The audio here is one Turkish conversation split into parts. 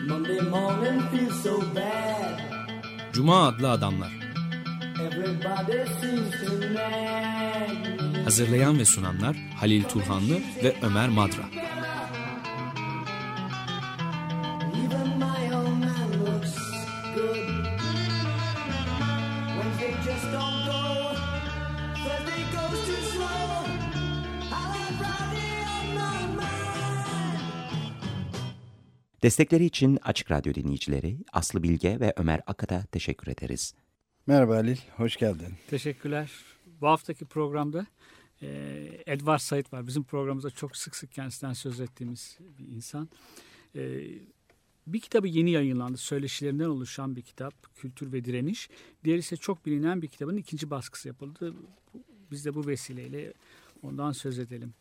Monday morning feels so bad. Cuma adlı adamlar. Everybody seems to nag me. Hazırlayan ve sunanlar Halil Turhanlı ve Ömer Madra. Even my old man looks good. Wednesday just don't go. Thursday goes too slow. I like Friday on my mind. Destekleri için Açık Radyo dinleyicileri Aslı Bilge ve Ömer Akat'a teşekkür ederiz. Merhaba Halil, hoş geldin. Teşekkürler. Bu haftaki programda Edward Said var. Bizim programımızda çok sık sık kendisinden söz ettiğimiz bir insan. Bir kitabı yeni yayınlandı. Söyleşilerinden oluşan bir kitap. Kültür ve Direniş. Diğeri ise çok bilinen bir kitabın ikinci baskısı yapıldı. Biz de bu vesileyle ondan söz edelim.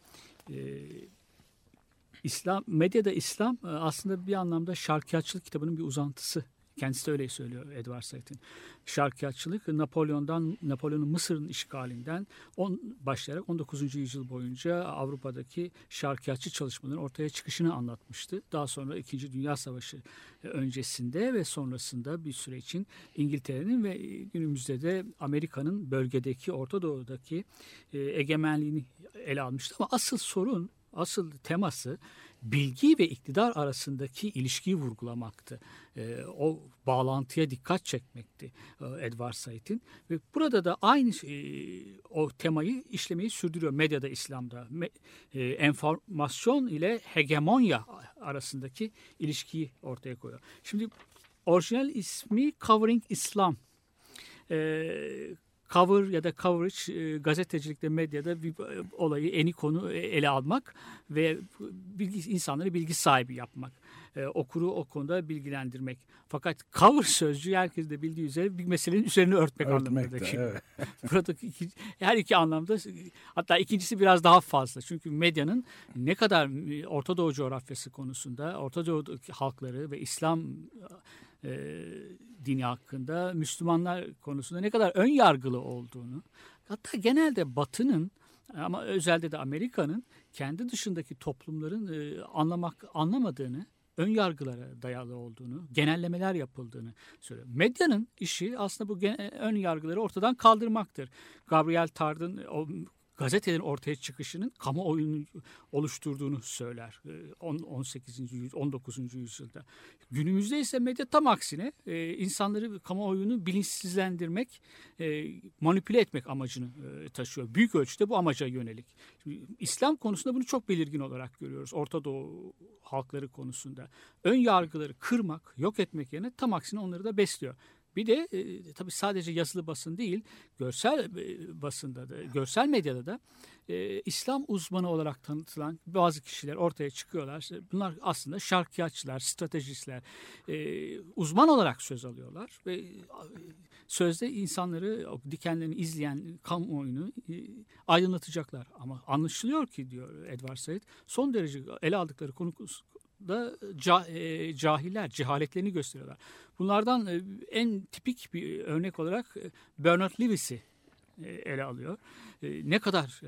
Medyada İslam aslında bir anlamda şarkiyatçılık kitabının bir uzantısı. Kendisi de öyle söylüyor Edward Said'in. Şarkiyatçılık Napolyon'un Mısır'ın işgalinden başlayarak 19. yüzyıl boyunca Avrupa'daki şarkiyatçı çalışmaların ortaya çıkışını anlatmıştı. Daha sonra 2. Dünya Savaşı öncesinde ve sonrasında bir süre için İngiltere'nin ve günümüzde de Amerika'nın bölgedeki Orta Doğu'daki egemenliğini ele almıştı. Ama asıl teması bilgi ve iktidar arasındaki ilişkiyi vurgulamaktı. O bağlantıya dikkat çekmekti Edward Said'in. Ve burada da aynı o temayı işlemeyi sürdürüyor medyada İslam'da. Enformasyon ile hegemonya arasındaki ilişkiyi ortaya koyuyor. Şimdi orijinal ismi Covering Islam. Cover ya da coverage gazetecilikte, medyada bir olayı, eni konu ele almak ve insanları bilgi sahibi yapmak. Okuru o konuda bilgilendirmek. Fakat cover sözcüğü herkes de bildiği üzere bir meselenin üzerine örtmek anlamındaki. Evet. Buradaki her iki anlamda, hatta ikincisi biraz daha fazla. Çünkü medyanın ne kadar Orta Doğu coğrafyası konusunda, Orta Doğu halkları ve İslam dini hakkında, Müslümanlar konusunda ne kadar ön yargılı olduğunu, hatta genelde Batı'nın ama özellikle de Amerika'nın kendi dışındaki toplumların anlamadığını, ön yargılara dayalı olduğunu, genellemeler yapıldığını söylüyor. Medyanın işi aslında bu ön yargıları ortadan kaldırmaktır. Gabriel Tard'ın o gazetelerin ortaya çıkışının kamuoyunu oluşturduğunu söyler 18. yüzyıl, 19. yüzyılda. Günümüzde ise medya tam aksine insanları, kamuoyunu bilinçsizlendirmek, manipüle etmek amacını taşıyor. Büyük ölçüde bu amaca yönelik. Şimdi, İslam konusunda bunu çok belirgin olarak görüyoruz. Orta Doğu halkları konusunda. Ön yargıları kırmak, yok etmek yerine tam aksine onları da besliyor. Bir de tabii sadece yazılı basın değil, görsel basında da, görsel medyada da İslam uzmanı olarak tanıtılan bazı kişiler ortaya çıkıyorlar. Bunlar aslında şarkiyatçılar, stratejistler, uzman olarak söz alıyorlar ve sözde insanları, dikenlerini izleyen kamuoyunu aydınlatacaklar. Ama anlaşılıyor ki, diyor Edward Said, son derece ele aldıkları konu da cahiller, cehaletlerini gösteriyorlar. Bunlardan en tipik bir örnek olarak Bernard Lewis'i ele alıyor. Ne kadar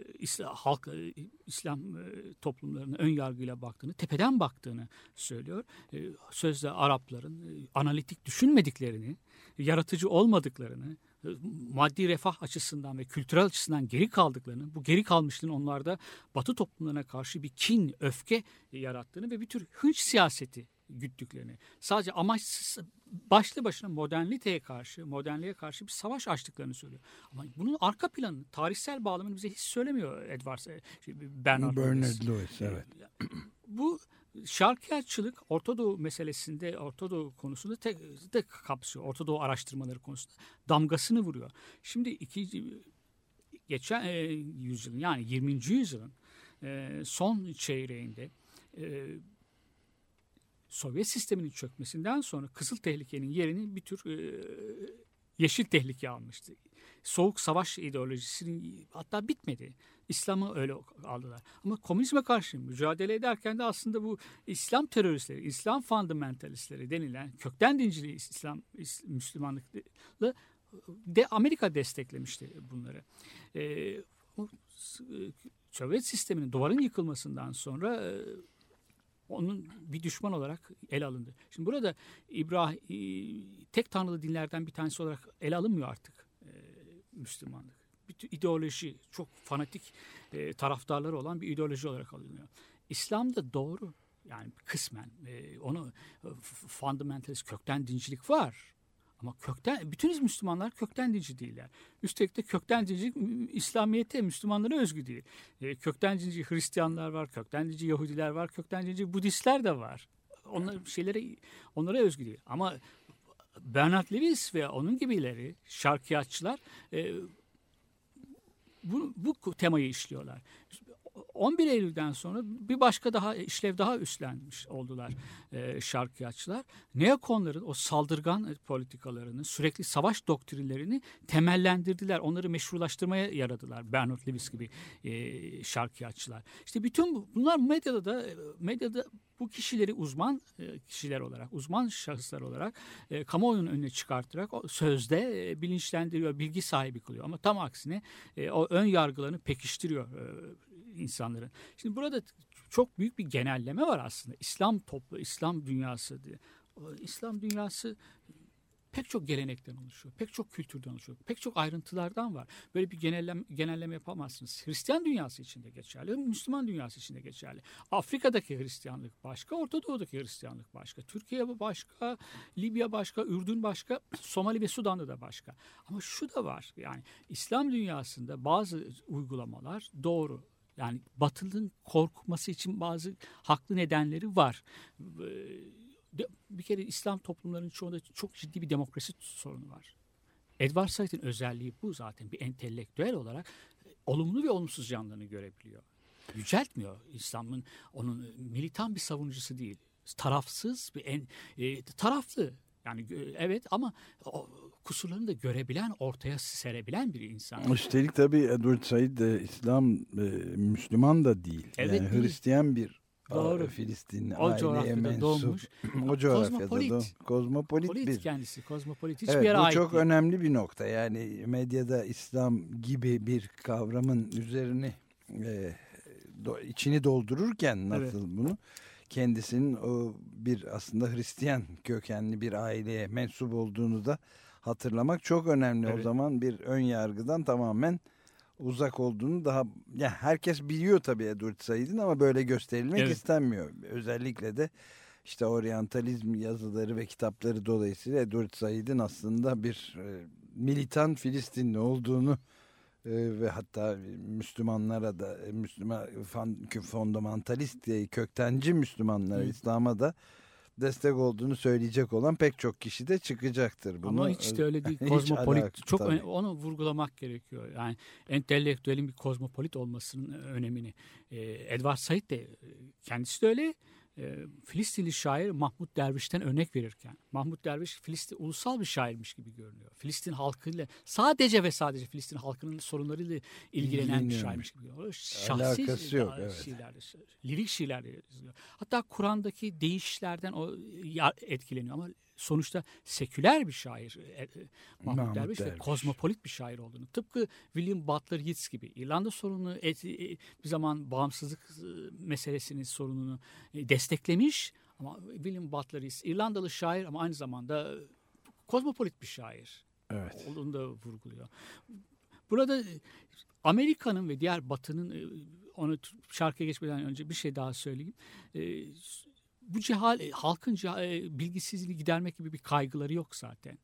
İslam toplumlarına ön yargıyla baktığını, tepeden baktığını söylüyor. Sözde Arapların analitik düşünmediklerini, yaratıcı olmadıklarını, maddi refah açısından ve kültürel açısından geri kaldıklarını, bu geri kalmışlığın onlarda Batı toplumlarına karşı bir kin, öfke yarattığını ve bir tür hınç siyaseti güttüklerini, sadece amaçsız, başlı başına modernliğe karşı bir savaş açtıklarını söylüyor. Ama bunun arka planını, tarihsel bağlamını bize hiç söylemiyor Bernard Lewis. Evet. Bu şarkiyatçılık Orta Doğu meselesinde, Orta Doğu konusunda de kapsıyor. Orta Doğu araştırmaları konusunda damgasını vuruyor. Şimdi geçen yüzyılın, yani 20. yüzyılın son çeyreğinde Sovyet sisteminin çökmesinden sonra Kızıl Tehlike'nin yerini bir tür Yeşil Tehlike almıştı. Soğuk savaş ideolojisinin hatta bitmedi. İslam'ı öyle aldılar. Ama komünizme karşı mücadele ederken de aslında bu İslam teröristleri, İslam fundamentalistleri denilen kökten dinciliği Müslümanlıkla de Amerika desteklemişti bunları. Sovyet sisteminin, duvarın yıkılmasından sonra onun bir düşman olarak ele alındı. Şimdi burada tek tanrılı dinlerden bir tanesi olarak ele alınmıyor artık Müslümanlık. Bir ideoloji, çok fanatik taraftarları olan bir ideoloji olarak alınıyor. İslam'da doğru, yani kısmen onu fundamentalist, kökten dincilik var. Ama bütün Müslümanlar kökten dinci değiller. Üstelik de kökten dincilik İslamiyet'e, Müslümanlara özgü değil. Kökten dinci Hristiyanlar var, kökten dinci Yahudiler var, kökten dinci Budistler de var. Onlara özgü değil. Ama Bernard Lewis ve onun gibileri, şarkiyatçılar bu temayı işliyorlar. 11 Eylül'den sonra bir başka işlev daha üstlenmiş oldular şarkiyatçılar. Neokonların o saldırgan politikalarını, sürekli savaş doktrinlerini temellendirdiler. Onları meşrulaştırmaya yaradılar. Bernard Lewis gibi şarkiyatçılar. İşte bütün bunlar medyada bu kişileri uzman kişiler olarak, uzman şahıslar olarak kamuoyunun önüne çıkartarak sözde bilinçlendiriyor, bilgi sahibi kılıyor. Ama tam aksine o ön yargılarını pekiştiriyor insanların. Şimdi burada çok büyük bir genelleme var aslında. İslam dünyası diye. İslam dünyası pek çok gelenekten oluşuyor. Pek çok kültürden oluşuyor. Pek çok ayrıntılardan var. Böyle bir genelleme yapamazsınız. Hristiyan dünyası için de geçerli, Müslüman dünyası için de geçerli. Afrika'daki Hristiyanlık başka, Orta Doğu'daki Hristiyanlık başka, Türkiye başka, Libya başka, Ürdün başka, Somali ve Sudan'da da başka. Ama şu da var. Yani İslam dünyasında bazı uygulamalar doğru. Yani Batılı'nın korkması için bazı haklı nedenleri var. Bir kere İslam toplumlarının çoğunda çok ciddi bir demokrasi sorunu var. Edward Said'in özelliği bu zaten. Bir entelektüel olarak olumlu ve olumsuz yanlarını görebiliyor. Yüceltmiyor İslam'ın, onun militan bir savunucusu değil. Tarafsız taraflı. Yani evet ama kusurlarını da görebilen, ortaya serebilen bir insan. Üstelik tabii Edward Said de Müslüman da değil. Evet, yani değil. Hristiyan bir Doğru. Filistinli O aileye coğrafyada mensup. doğmuş. O coğrafyada Kozmopolit bir. kendisi. Kozmopolit. Evet, Hiçbir yere bu ait çok değil. önemli bir nokta. Yani medyada İslam gibi bir kavramın üzerini içini doldururken nasıl bunu kendisinin o bir aslında Hristiyan kökenli bir aileye mensup olduğunu da hatırlamak çok önemli. Evet. O zaman bir ön yargıdan tamamen uzak olduğunu herkes biliyor tabii Edward Said'in ama böyle gösterilmek istenmiyor. Özellikle de işte oryantalizm yazıları ve kitapları dolayısıyla Edward Said'in aslında bir militan Filistinli olduğunu ve hatta Müslümanlara da fundamentalist köktenci Müslümanlara, İslam'a da destek olduğunu söyleyecek olan pek çok kişi de çıkacaktır. Ama hiç de öyle değil. Kozmopolit çok onu vurgulamak gerekiyor. Yani entelektüelin bir kozmopolit olmasının önemini. Edward Said de kendisi de öyle. Filistinli şair Mahmud Derviş'ten örnek verirken, Mahmud Derviş Filistin ulusal bir şairmiş gibi görünüyor. Filistin halkıyla sadece ve sadece Filistin halkının sorunlarıyla ilgilenen bir şairmiş gibi görünüyor. Alakası yok. Lirik şiirlerde yazıyor. Hatta Kur'an'daki değişlerden etkileniyor ama sonuçta seküler bir şair Mahmud Derviş ve kozmopolit bir şair olduğunu. Tıpkı William Butler Yeats gibi İrlanda sorununu bir zaman bağımsızlık meselesinin sorununu desteklemiş ama William Butler Yeats İrlandalı şair ama aynı zamanda kozmopolit bir şair. Evet. Onu da vurguluyor. Burada Amerika'nın ve diğer Batı'nın onu şarkıya geçmeden önce bir şey daha söyleyeyim. Bu halkın bilgisizliğini gidermek gibi bir kaygıları yok zaten.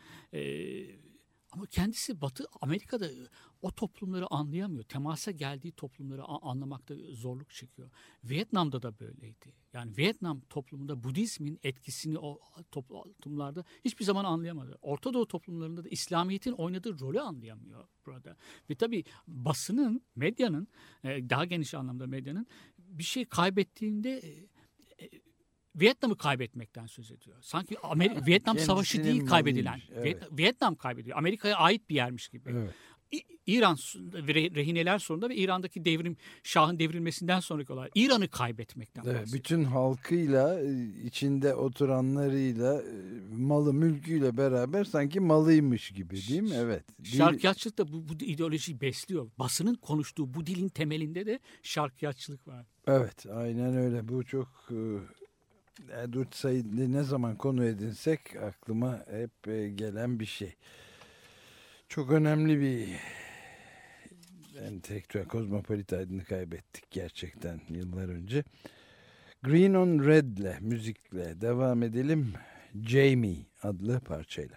Ama kendisi Amerika'da o toplumları anlayamıyor. Temasa geldiği toplumları anlamakta zorluk çekiyor. Vietnam'da da böyleydi. Yani Vietnam toplumunda Budizmin etkisini o toplumlarda hiçbir zaman anlayamadı. Orta Doğu toplumlarında da İslamiyet'in oynadığı rolü anlayamıyor burada. Ve tabii basının, medyanın, daha geniş anlamda medyanın bir şey kaybettiğinde Vietnam'ı kaybetmekten söz ediyor. Sanki Vietnam Savaşı değil kaybedilen. Evet. Vietnam kaybediyor. Amerika'ya ait bir yermiş gibi. Evet. İran rehineler sorununda ve İran'daki Şah'ın devrilmesinden sonraki olay. İran'ı kaybetmekten bahsediyor. Bütün halkıyla, içinde oturanlarıyla, malı mülküyle beraber sanki malıymış gibi, değil mi? Evet. Şarkiyatçılık da bu ideolojiyi besliyor. Basının konuştuğu bu dilin temelinde de şarkiyatçılık var. Evet, aynen öyle. Bu çok... Edward Said'i ne zaman konu edinsek aklıma hep gelen bir şey. Çok önemli bir entelektüel, kozmopolit aydını kaybettik gerçekten yıllar önce. Green on Red'le, müzikle devam edelim. Jamie adlı parçayla.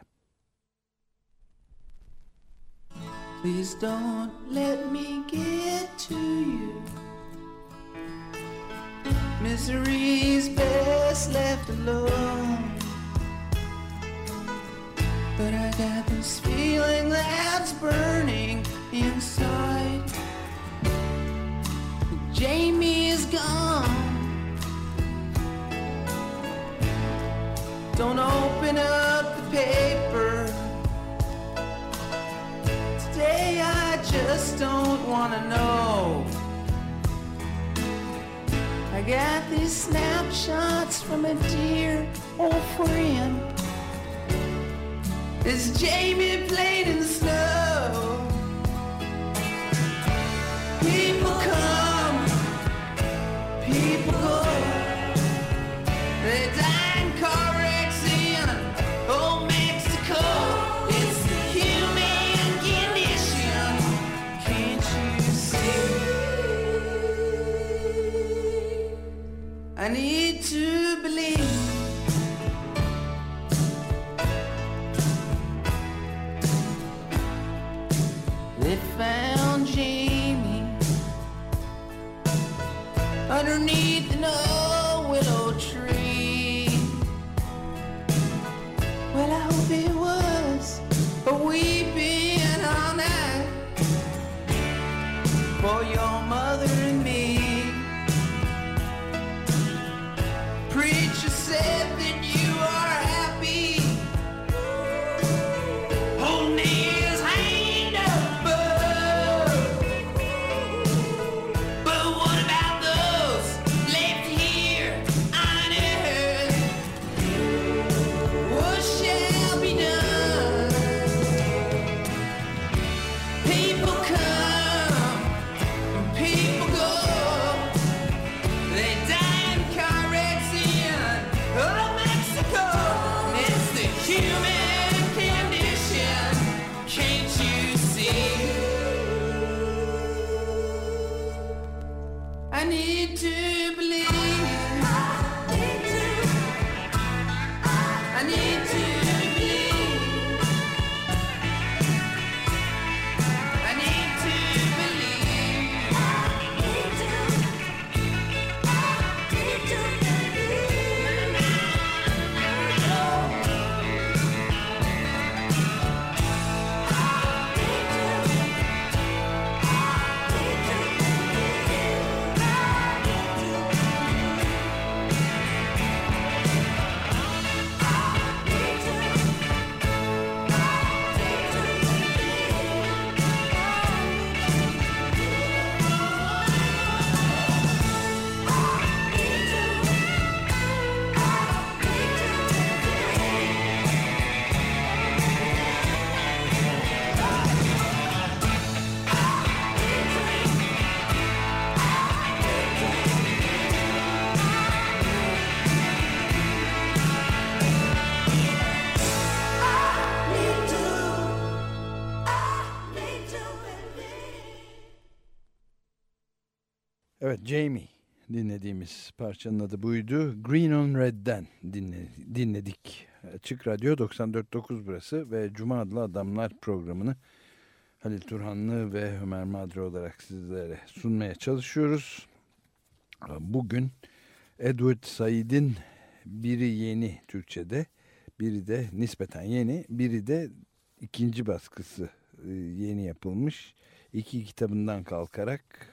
Please don't let me get to you. Misery's best left alone. But I got this feeling that's burning inside. Jamie is gone. Don't open up the paper. Today I just don't wanna know. I got these snapshots from a dear old friend. As Jamie played in the snow. People come, people go. They die in car wrecks in old Mexico. It's the human condition, can't you see? I need to believe. They found Jamie underneath an old willow tree. Well, I hope it was a weeping all night for your mother and me. Preacher said that you are happy, holding his hand above. But what about those left here on earth? What shall be done? People come and people go. They die in car wrecks in old Mexico. It's the human condition, can't you see? I need to believe. I need to believe. I need to believe. Evet, Jamie dinlediğimiz parçanın adı buydu. Green on Red'den dinledik. Açık Radyo 94.9 burası ve Cuma Adlı Adamlar programını Halil Turhanlı ve Ömer Madre olarak sizlere sunmaya çalışıyoruz. Bugün Edward Said'in biri yeni Türkçe'de, biri de nispeten yeni, biri de ikinci baskısı yeni yapılmış. İki kitabından kalkarak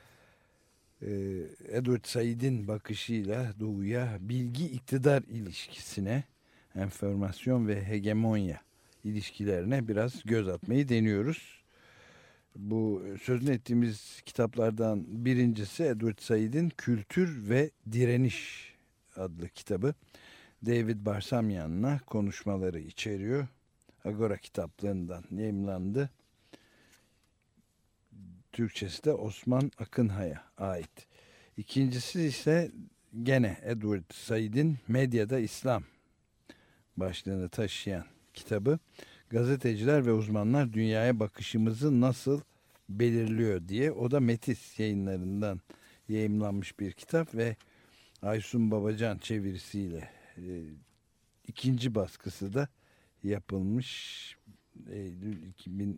Edward Said'in bakışıyla doğuya, bilgi iktidar ilişkisine, enformasyon ve hegemonya ilişkilerine biraz göz atmayı deniyoruz. Bu sözünü ettiğimiz kitaplardan birincisi Edward Said'in Kültür ve Direniş adlı kitabı. David Barsamian'la konuşmaları içeriyor. Agora kitaplığından yayımlandı. Türkçesi de Osman Akınhay'a ait. İkincisi ise gene Edward Said'in Medyada İslam başlığını taşıyan kitabı. Gazeteciler ve uzmanlar dünyaya bakışımızı nasıl belirliyor diye. O da Metis yayınlarından yayımlanmış bir kitap ve Aysun Babacan çevirisiyle ikinci baskısı da yapılmış. Eylül 2000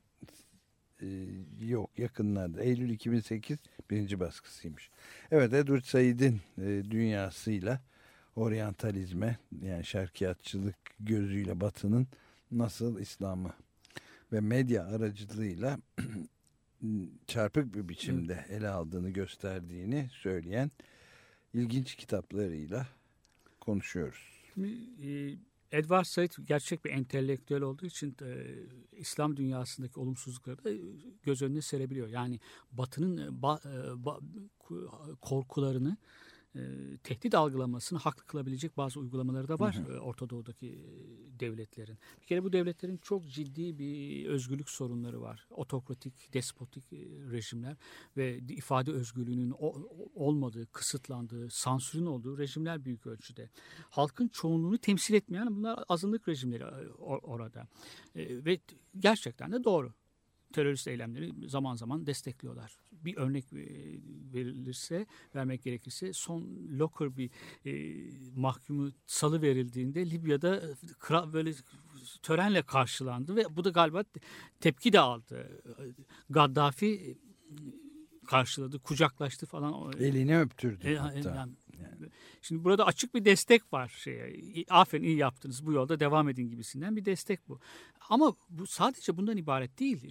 yakınlarda. Eylül 2008 birinci baskısıymış. Evet, Edward Said'in dünyasıyla oryantalizme, yani şarkiyatçılık gözüyle Batı'nın nasıl İslam'ı ve medya aracılığıyla çarpık bir biçimde ele aldığını gösterdiğini söyleyen ilginç kitaplarıyla konuşuyoruz. Edward Said gerçek bir entelektüel olduğu için İslam dünyasındaki olumsuzlukları da göz önüne serebiliyor. Yani Batı'nın korkularını, tehdit algılamasını haklı kılabilecek bazı uygulamaları da var Orta Doğu'daki devletlerin. Bir kere bu devletlerin çok ciddi bir özgürlük sorunları var. Otokratik, despotik rejimler ve ifade özgürlüğünün olmadığı, kısıtlandığı, sansürün olduğu rejimler büyük ölçüde. Halkın çoğunluğunu temsil etmeyen bunlar azınlık rejimleri orada. Ve gerçekten de doğru. Terörist eylemleri zaman zaman destekliyorlar. Bir örnek vermek gerekirse son Lockerbie mahkumu salı verildiğinde Libya'da böyle törenle karşılandı ve bu da galiba tepki de aldı. Gaddafi karşıladı, kucaklaştı falan. Elini öptürdü hatta. Yani. Şimdi burada açık bir destek var. Aferin, iyi yaptınız, bu yolda devam edin gibisinden bir destek bu. Ama bu sadece bundan ibaret değil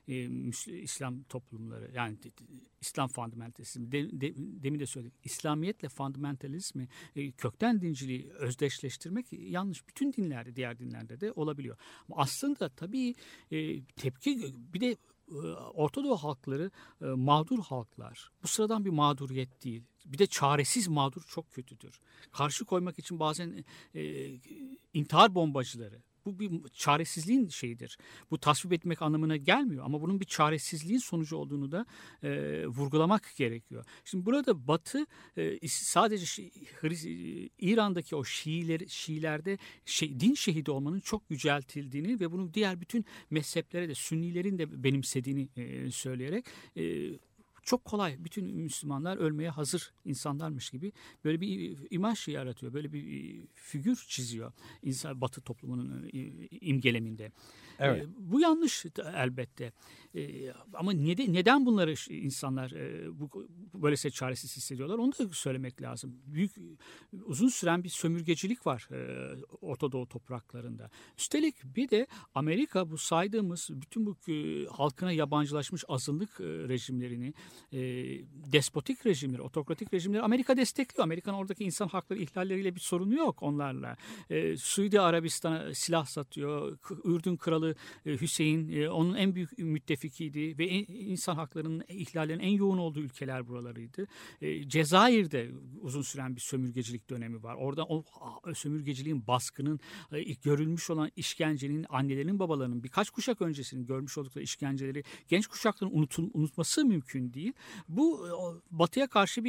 İslam toplumları, yani İslam fundamentalizmi. Demin de söyledik. İslamiyetle fundamentalizmi, kökten dinciliği özdeşleştirmek yanlış. Bütün dinlerde, diğer dinlerde de olabiliyor. Ama aslında tabii tepki, bir de Orta Doğu halkları mağdur halklar. Bu sıradan bir mağduriyet değil. Bir de çaresiz mağdur çok kötüdür. Karşı koymak için bazen intihar bombacıları. Bu bir çaresizliğin şeyidir. Bu tasvip etmek anlamına gelmiyor ama bunun bir çaresizliğin sonucu olduğunu da vurgulamak gerekiyor. Şimdi burada Batı sadece İran'daki o Şiilerde din şehidi olmanın çok yüceltildiğini ve bunu diğer bütün mezheplere de, Sünnilerin de benimsediğini söyleyerek çok kolay bütün Müslümanlar ölmeye hazır insanlarmış gibi böyle bir imaj yaratıyor. Böyle bir figür çiziyor Batı toplumunun imgeleminde. Evet. Bu yanlış elbette. Ama neden bunları insanlar böylese çaresiz hissediyorlar? Onu da söylemek lazım. Uzun süren bir sömürgecilik var Orta Doğu topraklarında. Üstelik bir de Amerika bu saydığımız bütün bu halkına yabancılaşmış azınlık rejimlerini, despotik rejimleri, otokratik rejimleri Amerika destekliyor. Amerika'nın oradaki insan hakları ihlalleriyle bir sorunu yok onlarla. Suudi Arabistan'a silah satıyor. Ürdün Kralı Hüseyin onun en büyük müttefikiydi ve insan haklarının ihlallerinin en yoğun olduğu ülkeler buralarıydı. Cezayir'de uzun süren bir sömürgecilik dönemi var. Orada o sömürgeciliğin, baskının, görülmüş olan işkencenin, annelerin, babalarının birkaç kuşak öncesinin görmüş oldukları işkenceleri genç kuşakların unutması mümkün değil. Bu Batı'ya karşı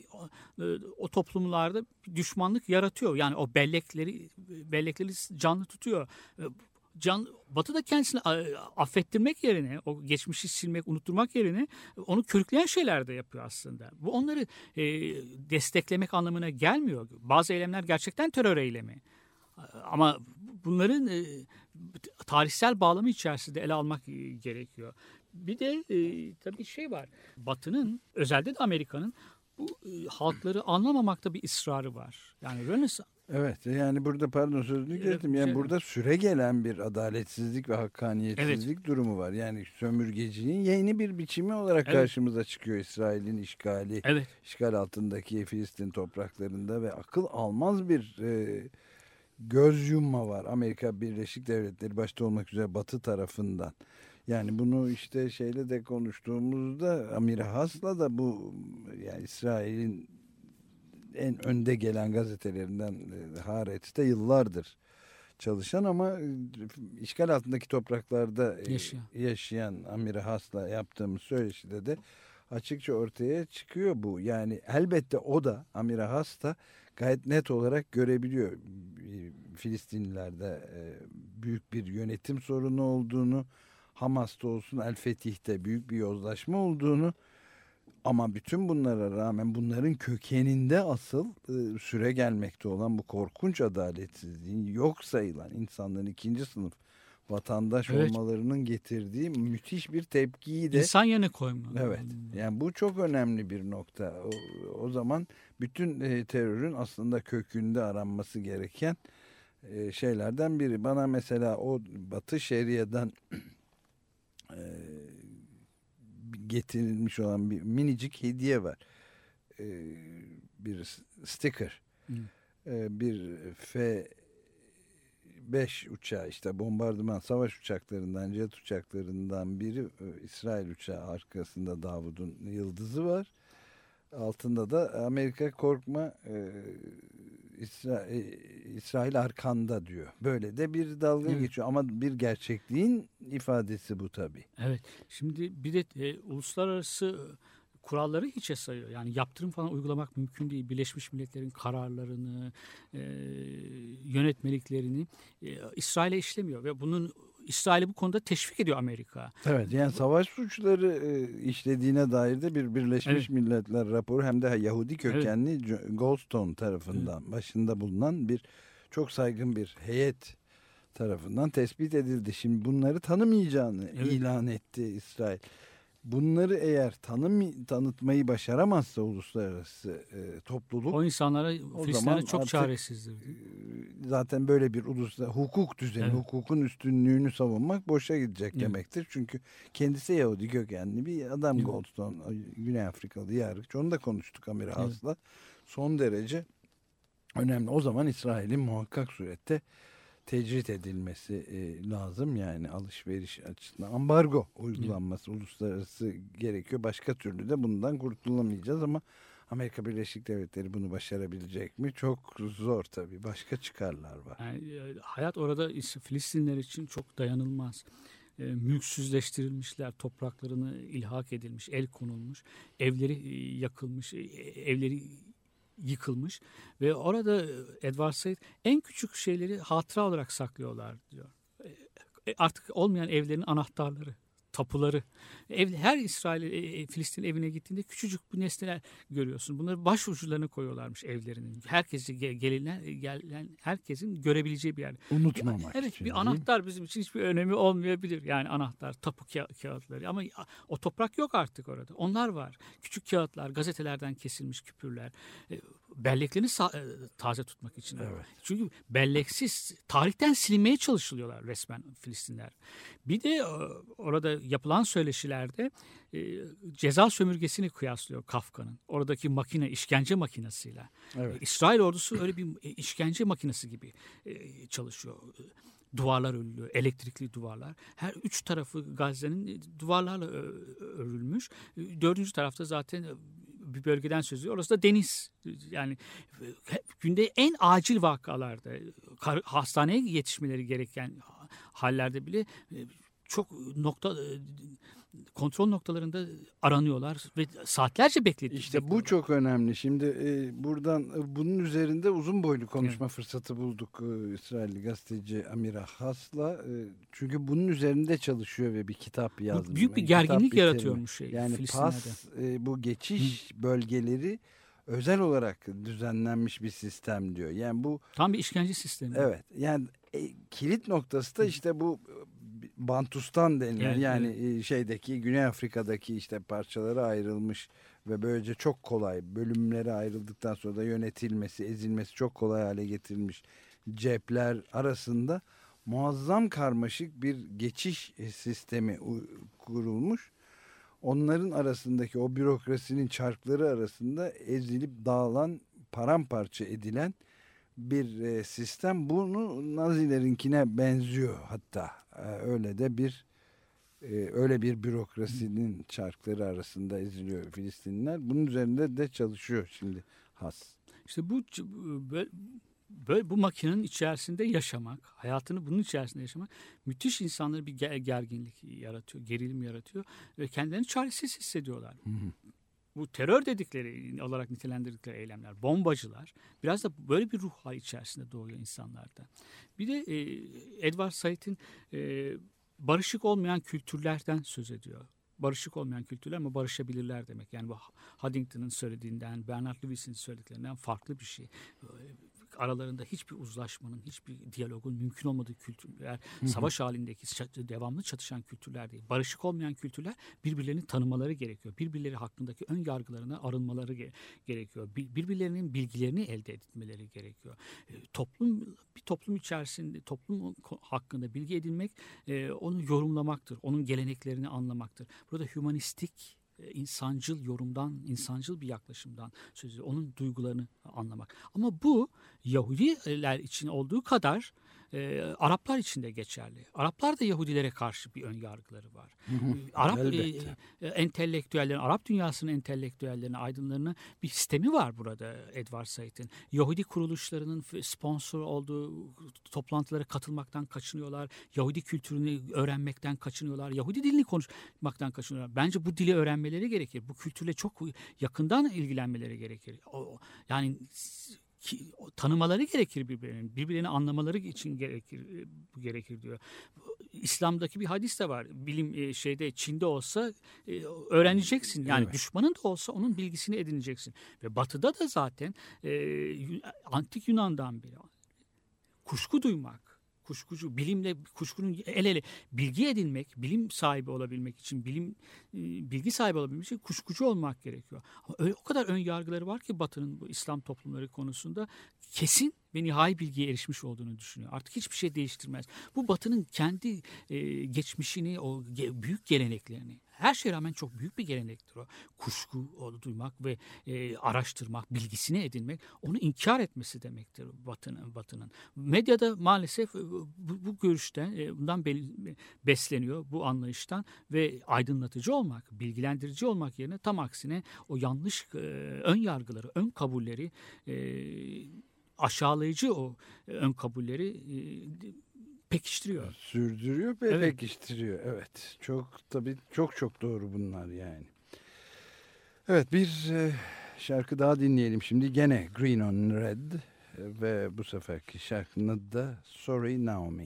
o toplumlarda bir düşmanlık yaratıyor. Yani o bellekleri canlı tutuyor. Batı da kendisini affettirmek yerine, o geçmişi silmek, unutturmak yerine onu körükleyen şeyler de yapıyor aslında. Bu onları desteklemek anlamına gelmiyor. Bazı eylemler gerçekten terör eylemi. Ama bunların tarihsel bağlamı içerisinde ele almak gerekiyor. Bir de tabii şey var. Batı'nın, özellikle de Amerika'nın bu halkları anlamamakta bir ısrarı var. Yani Rönesans. Evet, yani burada pardon sözünü kestim. Yani burada süre gelen bir adaletsizlik ve hakkaniyetsizlik durumu var. Yani sömürgeciliğin yeni bir biçimi olarak karşımıza çıkıyor İsrail'in işgali. Evet. İşgal altındaki Filistin topraklarında ve akıl almaz bir göz yumma var. Amerika Birleşik Devletleri başta olmak üzere Batı tarafından. Yani bunu işte şeyle de konuştuğumuzda Amir Has'la da bu yani İsrail'in en önde gelen gazetelerinden Haaretz'te yıllardır çalışan ama işgal altındaki topraklarda yaşayan Amir Has'la yaptığımız söyleşide de açıkça ortaya çıkıyor bu. Yani elbette o da Amir Has da gayet net olarak görebiliyor Filistinlilerde büyük bir yönetim sorunu olduğunu, Hamas'ta olsun El Fetih'te büyük bir yozlaşma olduğunu, ama bütün bunlara rağmen bunların kökeninde asıl süre gelmekte olan bu korkunç adaletsizliğin, yok sayılan insanların ikinci sınıf vatandaş olmalarının getirdiği müthiş bir tepkiyi de İnsan yerine koyma. Evet. Yani bu çok önemli bir nokta. O zaman bütün terörün aslında kökünde aranması gereken şeylerden biri. Bana mesela o Batı Şeria'dan getirilmiş olan bir minicik hediye var. Bir sticker. Bir F-5 uçağı, işte bombardıman savaş uçaklarından, jet uçaklarından biri, İsrail uçağı, arkasında Davud'un yıldızı var. Altında da Amerika korkma, İsrail arkanda diyor. Böyle de bir dalga geçiyor ama bir gerçekliğin ifadesi bu tabii. Evet. Şimdi bir de uluslararası kuralları hiçe sayıyor. Yani yaptırım falan uygulamak mümkün değil. Birleşmiş Milletler'in kararlarını, yönetmeliklerini İsrail'e işlemiyor ve bunun İsrail'i bu konuda teşvik ediyor Amerika. Evet, yani savaş suçları işlediğine dair de bir Birleşmiş Milletler raporu, hem de Yahudi kökenli Goldstone tarafından başında bulunan bir çok saygın bir heyet tarafından tespit edildi. Şimdi bunları tanımayacağını ilan etti İsrail. Bunları eğer tanıtmayı başaramazsa uluslararası topluluk, o insanlara, Filistinlere çok çaresizdir. Zaten böyle bir hukuk düzeni, hukukun üstünlüğünü savunmak boşa gidecek demektir. Çünkü kendisi Yahudi kökenli bir adam, Goldstone, Güney Afrikalı yargıç. Onu da konuştuk Amir Has'la. Son derece önemli. O zaman İsrail'in muhakkak surette tecrit edilmesi lazım. Yani alışveriş açısından ambargo uygulanması uluslararası gerekiyor. Başka türlü de bundan kurtulamayacağız ama Amerika Birleşik Devletleri bunu başarabilecek mi? Çok zor tabii. Başka çıkarlar var. Yani, hayat orada Filistinliler için çok dayanılmaz. Mülksüzleştirilmişler, topraklarını ilhak edilmiş, el konulmuş, evleri yakılmış, evleri yıkılmış ve orada Edward Said en küçük şeyleri hatıra olarak saklıyorlar diyor. Artık olmayan evlerin anahtarları, tapuları. Her Filistin evine gittiğinde küçücük bir nesneler görüyorsun. Bunları başucularına koyuyorlarmış evlerinin. Gelen herkesin görebileceği bir yer. Unutmamak için. Bir anahtar bizim için hiçbir önemi olmayabilir. Yani anahtar, tapu kağıtları. Ama o toprak yok artık orada. Onlar var. Küçük kağıtlar, gazetelerden kesilmiş küpürler. Belleklerini taze tutmak için. Evet. Çünkü belleksiz, tarihten silinmeye çalışılıyorlar resmen Filistinler. Bir de orada yapılan söyleşilerde ceza sömürgesini kıyaslıyor Kafka'nın. Oradaki işkence makinesiyle. Evet. İsrail ordusu öyle bir işkence makinesi gibi çalışıyor. Duvarlar örülüyor, elektrikli duvarlar. Her üç tarafı Gazze'nin duvarlarla örülmüş. Dördüncü tarafta zaten bir bölgeden söz ediyor. Orası da deniz. Yani günde en acil vakalarda, hastaneye yetişmeleri gereken hallerde bile çok kontrol noktalarında aranıyorlar ve saatlerce beklediler. İşte bu çok önemli. Şimdi buradan bunun üzerinde uzun boylu konuşma fırsatı bulduk İsrailli gazeteci Amir Has'la. Çünkü bunun üzerinde çalışıyor ve bir kitap yazdı. Büyük bir gerginlik yaratıyormuş Yani bu geçiş bölgeleri özel olarak düzenlenmiş bir sistem diyor. Yani bu tam bir işkence sistemi. Evet. Yani kilit noktası da işte bu Bantustan denilen şeydeki Güney Afrika'daki işte parçalara ayrılmış ve böylece çok kolay bölümlere ayrıldıktan sonra da yönetilmesi, ezilmesi çok kolay hale getirilmiş cepler arasında muazzam karmaşık bir geçiş sistemi kurulmuş. Onların arasındaki o bürokrasinin çarkları arasında ezilip dağılan, paramparça edilen bir sistem. Bunu Nazilerinkine benziyor hatta. Öyle de bir Öyle bir bürokrasinin çarkları arasında eziliyor Filistinliler. Bunun üzerinde de çalışıyor şimdi Has. İşte böyle bu makinenin içerisinde yaşamak, hayatını bunun içerisinde yaşamak müthiş insanlara bir gerginlik yaratıyor, gerilim yaratıyor ve kendilerini çaresiz hissediyorlar. Bu terör dedikleri olarak nitelendirdikleri eylemler, bombacılar biraz da böyle bir ruh hali içerisinde doğuyor insanlarda. Bir de Edward Said'in barışık olmayan kültürlerden söz ediyor. Barışık olmayan kültürler ama barışabilirler demek. Yani bu Huntington'ın söylediğinden, Bernard Lewis'in söylediklerinden farklı bir şey. Aralarında hiçbir uzlaşmanın, hiçbir diyalogun mümkün olmadığı kültürler, savaş halindeki devamlı çatışan kültürler değil. Barışık olmayan kültürler birbirlerini tanımaları gerekiyor. Birbirleri hakkındaki ön yargılarına arınmaları gerekiyor. Birbirlerinin bilgilerini elde etmeleri gerekiyor. Bir toplum içerisinde, toplum hakkında bilgi edinmek, onu yorumlamaktır. Onun geleneklerini anlamaktır. Burada hümanistik, insancıl yorumdan, insancıl bir yaklaşımdan söz ediyor. Onun duygularını anlamak. Ama bu Yahudiler için olduğu kadar Araplar için de geçerli. Araplar da Yahudilere karşı bir ön yargıları var. Arap entelektüellerin, Arap dünyasının entelektüellerine, aydınlarına bir sistemi var burada Edward Said'in. Yahudi kuruluşlarının sponsor olduğu toplantılara katılmaktan kaçınıyorlar. Yahudi kültürünü öğrenmekten kaçınıyorlar. Yahudi dilini konuşmaktan kaçınıyorlar. Bence bu dili öğrenmeleri gerekir. Bu kültürle çok yakından ilgilenmeleri gerekir. Yani tanımaları gerekir birbirlerini anlamaları için gerekir diyor. İslam'daki bir hadis de var. Bilim Çin'de olsa öğreneceksin. Yani evet. Düşmanın da olsa onun bilgisini edineceksin. Ve Batı'da da zaten antik Yunan'dan beri kuşku duymak, bilimle kuşkunun el ele bilgi edinmek, bilim sahibi olabilmek için, bilgi sahibi olabilmek için kuşkucu olmak gerekiyor. Ama o kadar ön yargıları var ki Batı'nın bu İslam toplumları konusunda kesin ve nihai bilgiye erişmiş olduğunu düşünüyor. Artık hiçbir şey değiştirmez. Bu Batı'nın kendi geçmişini, o büyük geleneklerini, her şeye rağmen çok büyük bir gelenektir o. Kuşku duymak ve araştırmak, bilgisini edinmek, onu inkar etmesi demektir Batı'nın. Medyada maalesef bu görüşten, bundan besleniyor, bu anlayıştan ve aydınlatıcı olmak, bilgilendirici olmak yerine tam aksine o yanlış ön yargıları, ön kabulleri, aşağılayıcı o ön kabulleri pekiştiriyor. Sürdürüyor ve evet. Pekiştiriyor. Evet. Çok doğru bunlar yani. Evet, bir şarkı daha dinleyelim şimdi. Gene Green on Red ve bu seferki şarkının adı da Sorry Naomi.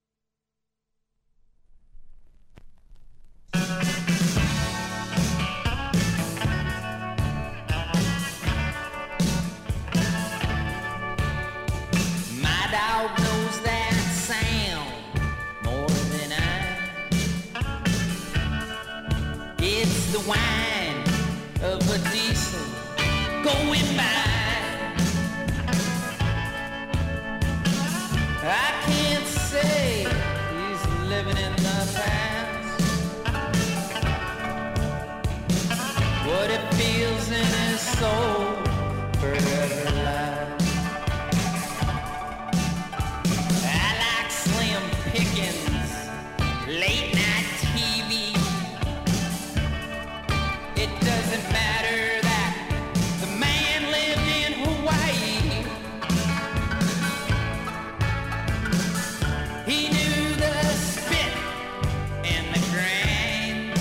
The whine of a diesel going by. I can't say he's living in the past. What it feels in his soul forever lies. I like Slim Pickens, late night TV. It doesn't matter that the man lived in Hawaii. He knew the spit and the grind.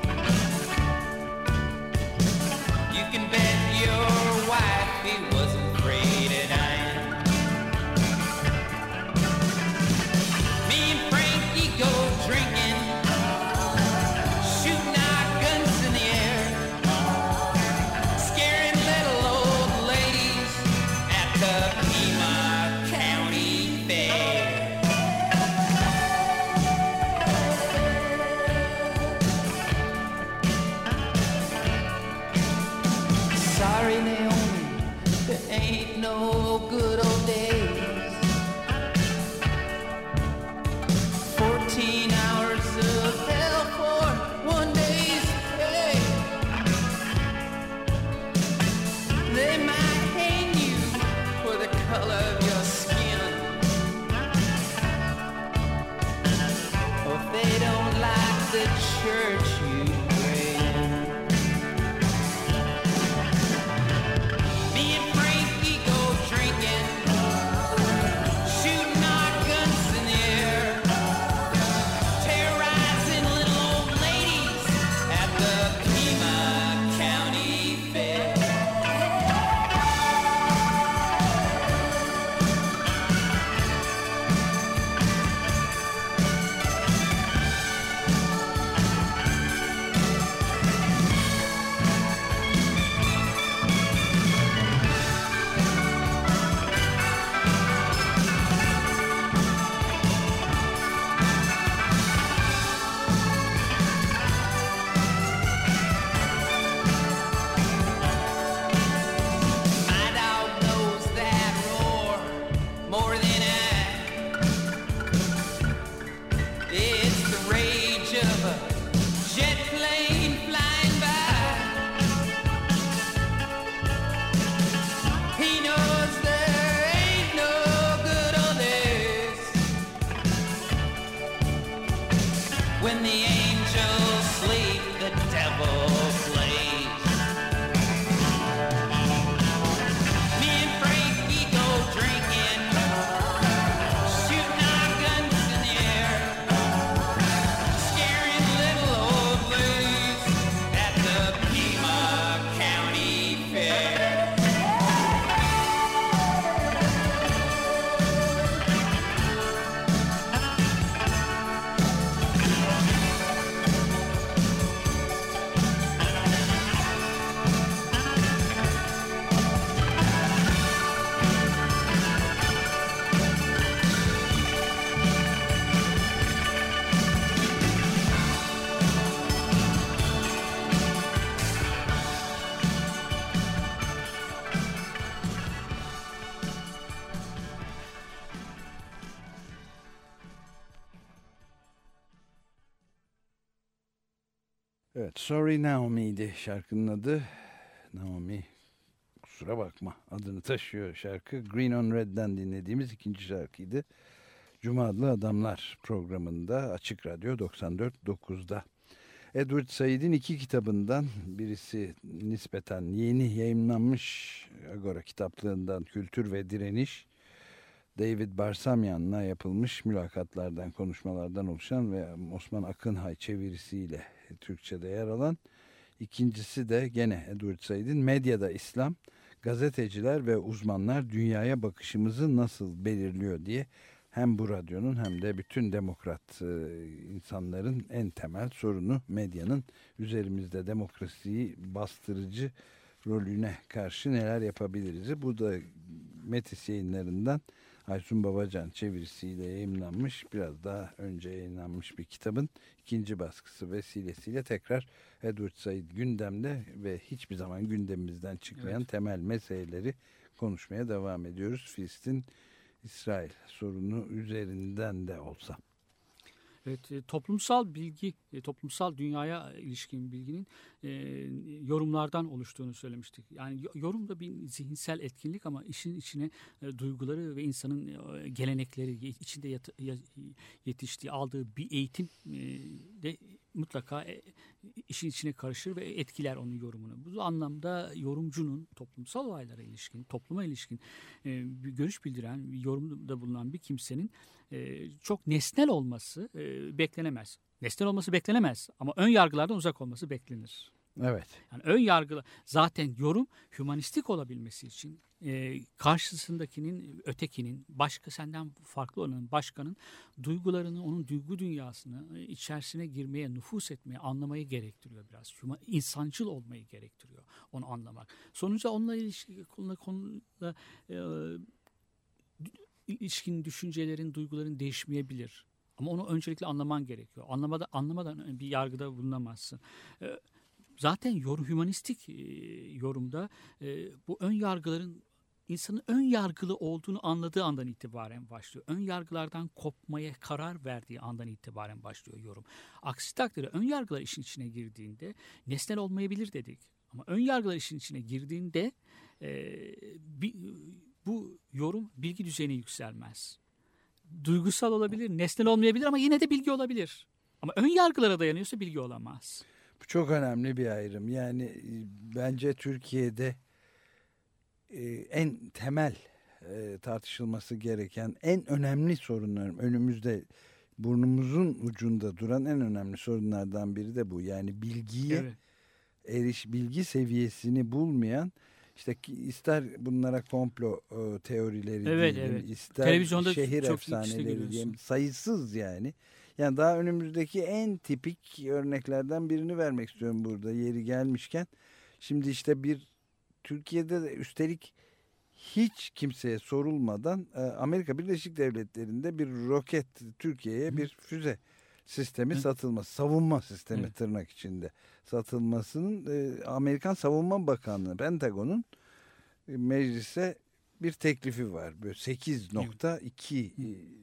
You can bet your wife he was afraid of dying. Me and Frankie go drinking, shooting our guns in the air, scaring little old ladies at the Pima County Fair. Sorry, Naomi, there ain't no good old days. 14 hours of hell for one day's pay. They might hang you for the color of your skin, or if they don't like the Evet, Sorry Naomi'ydi şarkının adı. Naomi, kusura bakma, adını taşıyor şarkı. Green on Red'den dinlediğimiz ikinci şarkıydı. Cuma Adlı Adamlar programında Açık Radyo 94.9'da. Edward Said'in iki kitabından, birisi nispeten yeni yayımlanmış Agora kitaplığından Kültür ve Direniş, David Barsamyan'la yapılmış mülakatlardan, konuşmalardan oluşan ve Osman Akınhay çevirisiyle Türkçe'de yer alan. İkincisi de gene Edward Said'in Medyada İslam, Gazeteciler ve Uzmanlar Dünyaya Bakışımızı Nasıl Belirliyor diye hem bu radyonun hem de bütün demokrat insanların en temel sorunu medyanın üzerimizde demokrasiyi bastırıcı rolüne karşı neler yapabiliriz? Bu da Metis Yayınları'ndan Aysun Babacan çevirisiyle yayımlanmış, biraz daha önce yayınlanmış bir kitabın ikinci baskısı vesilesiyle tekrar Edward Said gündemde ve hiçbir zaman gündemimizden çıkmayan temel meseleleri konuşmaya devam ediyoruz. Filistin-İsrail sorunu üzerinden de olsa. Evet, toplumsal bilgi, toplumsal dünyaya ilişkin bilginin yorumlardan oluştuğunu söylemiştik. Yani yorum da bir zihinsel etkinlik ama işin içine duyguları ve insanın gelenekleri içinde yetiştiği, aldığı bir eğitim de mutlaka işin içine karışır ve etkiler onun yorumunu. Bu anlamda yorumcunun toplumsal olaylara ilişkin, topluma ilişkin bir görüş bildiren, bir yorumda bulunan bir kimsenin çok nesnel olması beklenemez. Nesnel olması beklenemez ama ön yargılardan uzak olması beklenir. Evet. Yani ön yargılar, zaten yorum hümanistik olabilmesi için karşısındakinin, ötekinin, başka senden farklı olanın, başkanın duygularını, onun duygu dünyasını içerisine girmeye, nüfuz etmeye, anlamayı gerektiriyor biraz. İnsancıl olmayı gerektiriyor onu anlamak. Sonuçta onunla ilişkin düşüncelerin, duyguların değişmeyebilir. Ama onu öncelikle anlaman gerekiyor. Anlamadan bir yargıda bulunamazsın. Zaten hümanistik yorumda bu ön yargıların insanın ön yargılı olduğunu anladığı andan itibaren başlıyor. Ön yargılardan kopmaya karar verdiği andan itibaren başlıyor yorum. Aksi takdirde ön yargılar işin içine girdiğinde nesnel olmayabilir dedik. Ama ön yargılar işin içine girdiğinde bu yorum bilgi düzeyine yükselmez. Duygusal olabilir, nesnel olmayabilir ama yine de bilgi olabilir. Ama ön yargılara dayanıyorsa bilgi olamaz. Bu çok önemli bir ayrım. Yani bence Türkiye'de en temel tartışılması gereken en önemli sorunlarım, önümüzde burnumuzun ucunda duran en önemli sorunlardan biri de bu. Yani bilgiye bilgi seviyesini bulmayan, işte ister bunlara komplo teorileri diyelim, ister televizyonda şehir efsaneleri diyelim, sayısız yani. Yani daha önümüzdeki en tipik örneklerden birini vermek istiyorum burada yeri gelmişken. Şimdi işte Türkiye'de de üstelik hiç kimseye sorulmadan Amerika Birleşik Devletleri'nde bir roket, Türkiye'ye bir füze sistemi satılması, savunma sistemi tırnak içinde satılmasının Amerikan Savunma Bakanlığı, Pentagon'un meclise bir teklifi var. Böyle 8.2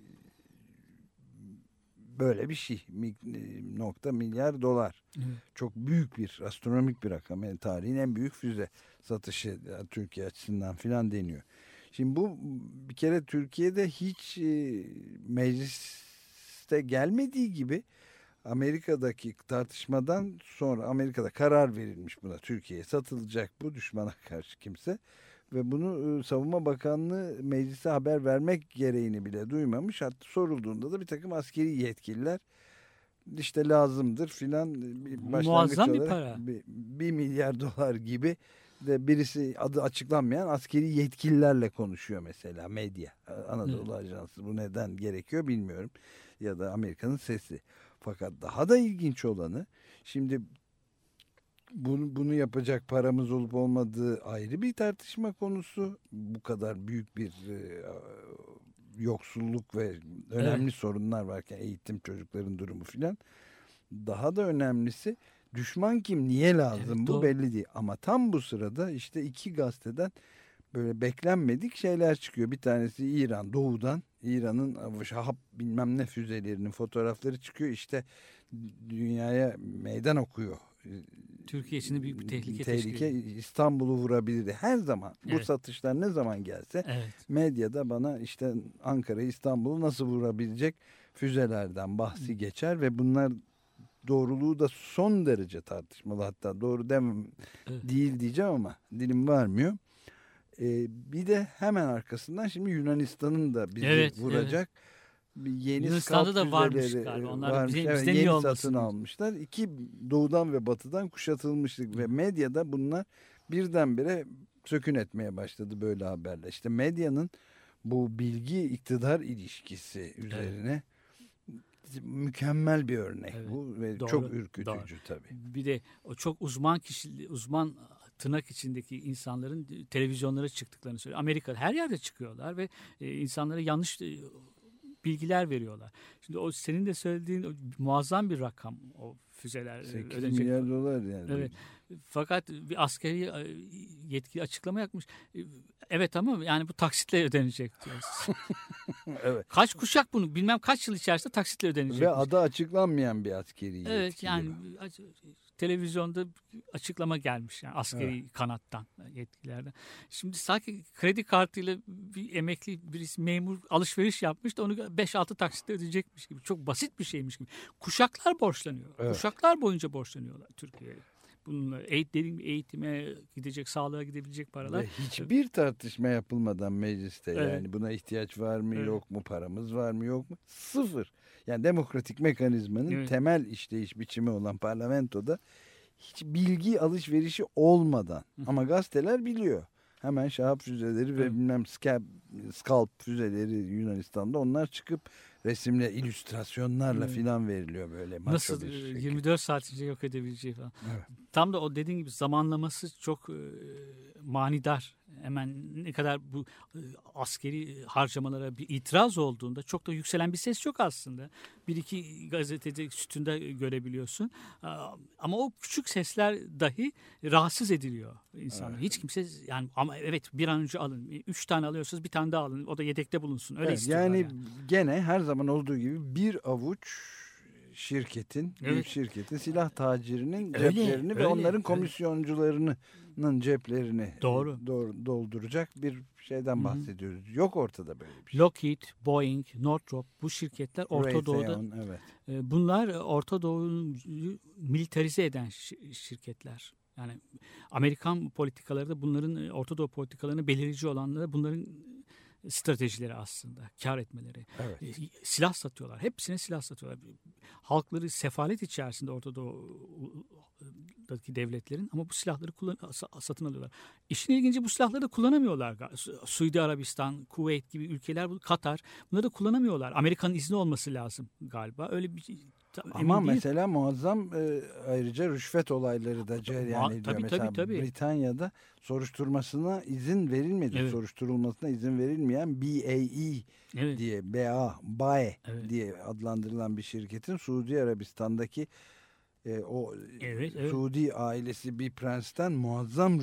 böyle bir şey, milyar dolar. Çok büyük bir, astronomik bir rakam. Yani tarihin en büyük füze satışı Türkiye açısından filan deniyor. Şimdi bu bir kere Türkiye'de hiç mecliste gelmediği gibi Amerika'daki tartışmadan sonra Amerika'da karar verilmiş buna. Türkiye'ye satılacak bu, düşmana karşı kimse. Ve bunu Savunma Bakanlığı meclise haber vermek gereğini bile duymamış. Hatta sorulduğunda da bir takım askeri yetkililer işte lazımdır filan, muazzam bir para. 1 milyar dolar gibi de birisi adı açıklanmayan askeri yetkililerle konuşuyor mesela medya. Anadolu Ajansı, bu neden gerekiyor bilmiyorum. Ya da Amerika'nın Sesi. Fakat daha da ilginç olanı, şimdi bunu yapacak paramız olup olmadığı ayrı bir tartışma konusu. Bu kadar büyük bir yoksulluk ve önemli sorunlar varken, eğitim, çocukların durumu filan. Daha da önemlisi, düşman kim, niye lazım, bu belli değil. Ama tam bu sırada işte iki gazeteden böyle beklenmedik şeyler çıkıyor. Bir tanesi İran, doğudan İran'ın Şahap bilmem ne füzelerinin fotoğrafları çıkıyor. İşte dünyaya meydan okuyor Türkiye için de büyük bir tehlike teşkil ediyor. İstanbul'u vurabilir. Her zaman bu Evet. satışlar ne zaman gelse Evet. medyada bana işte Ankara'yı, İstanbul'u nasıl vurabilecek füzelerden bahsi geçer ve bunlar doğruluğu da son derece tartışmalı. Hatta doğru demem Evet. değil diyeceğim ama dilim varmıyor. Bir de hemen arkasından şimdi Yunanistan'ın da bizi Evet, vuracak bir yeni Yunanistan'da Scalp da varmış füzeleri galiba. Onlar da varmış. bizden Evet, iyi yeni olmasın satın diye. almışlar. İki doğudan ve batıdan kuşatılmıştık ve medyada bunlar birdenbire sökün etmeye başladı böyle haberler. İşte medyanın bu bilgi iktidar ilişkisi üzerine mükemmel bir örnek Evet, bu ve doğru, çok ürkütücü doğru. tabii. Bir de o çok uzman tırnak içindeki insanların televizyonlara çıktıklarını söylüyor. Amerika'da her yerde çıkıyorlar ve insanlara yanlış bilgiler veriyorlar. Şimdi o senin de söylediğin muazzam bir rakam o füzeler 8 ödenecek. milyar dolar yani. Evet. Fakat bir askeri yetkili açıklama yapmış. Evet ama yani bu taksitle ödenecek diyoruz. Evet. Kaç kuşak bunu bilmem kaç yıl içerisinde taksitle ödenecek. Ve adı açıklanmayan bir askeri Evet yetkili yani var. televizyonda açıklama gelmiş yani askeri kanattan yetkililerden. Şimdi sanki kredi kartıyla bir emekli birisi memur alışveriş yapmış da onu 5-6 taksitle ödeyecekmiş gibi. Çok basit bir şeymiş gibi. Kuşaklar borçlanıyor. Evet. Kuşaklar boyunca borçlanıyorlar Türkiye'ye. Bununla eğitime gidecek, sağlığa gidebilecek paralar. Ve hiçbir tartışma yapılmadan mecliste Evet. yani buna ihtiyaç var mı Evet. yok mu, paramız var mı yok mu? Sıfır. Yani demokratik mekanizmanın Evet. temel işleyiş biçimi olan parlamentoda hiç bilgi alışverişi olmadan ama gazeteler biliyor. Hemen Şahap füzeleri ve Evet. bilmem Scalp füzeleri Yunanistan'da onlar çıkıp resimle, illüstrasyonlarla Evet. filan veriliyor böyle. maço Nasıl bir şekilde. 24 saat içinde yok edebileceği falan. Evet. Tam da o dediğin gibi zamanlaması çok manidar. Hemen ne kadar bu askeri harcamalara bir itiraz olduğunda çok da yükselen bir ses yok aslında. Bir iki gazetede sütunda görebiliyorsun. Ama o küçük sesler dahi rahatsız ediliyor insanlar. Evet. Hiç kimse yani ama evet bir an önce alın. 3 tane alıyorsanız bir tane daha alın. O da yedekte bulunsun. Öyle Evet, istiyorlar yani, yani. gene her zaman olduğu gibi bir avuç şirketin, büyük Evet. şirketin, silah tacirinin Öyle, ceplerini ve öyle, onların öyle. komisyoncularının ceplerini Doğru. dolduracak bir şeyden Hı hı. bahsediyoruz. Yok ortada böyle bir şey. Lockheed, Boeing, Northrop bu şirketler Orta Doğu'da Raytheon, evet. bunlar Orta Doğu'yu militarize eden şirketler. Yani Amerikan politikaları da bunların Orta Doğu politikalarına belirici olanları bunların stratejileri aslında. Kar etmeleri. Evet. Silah satıyorlar. Hepsine silah satıyorlar. Halkları sefalet içerisinde Orta Doğu'daki devletlerin ama bu silahları satın alıyorlar. İşin ilginci bu silahları da kullanamıyorlar. Suudi Arabistan, Kuveyt gibi ülkeler, Katar bunları da kullanamıyorlar. Amerika'nın izni olması lazım galiba. Öyle bir Ama mesela muazzam ayrıca rüşvet olayları da cereyan ediyor. Tabii, Mesela tabii. Britanya'da soruşturmasına izin verilmedi. Evet. Soruşturulmasına izin verilmeyen BAE Evet. diye BAE Evet. diye adlandırılan bir şirketin Suudi Arabistan'daki o Evet. Suudi ailesi bir prensten muazzam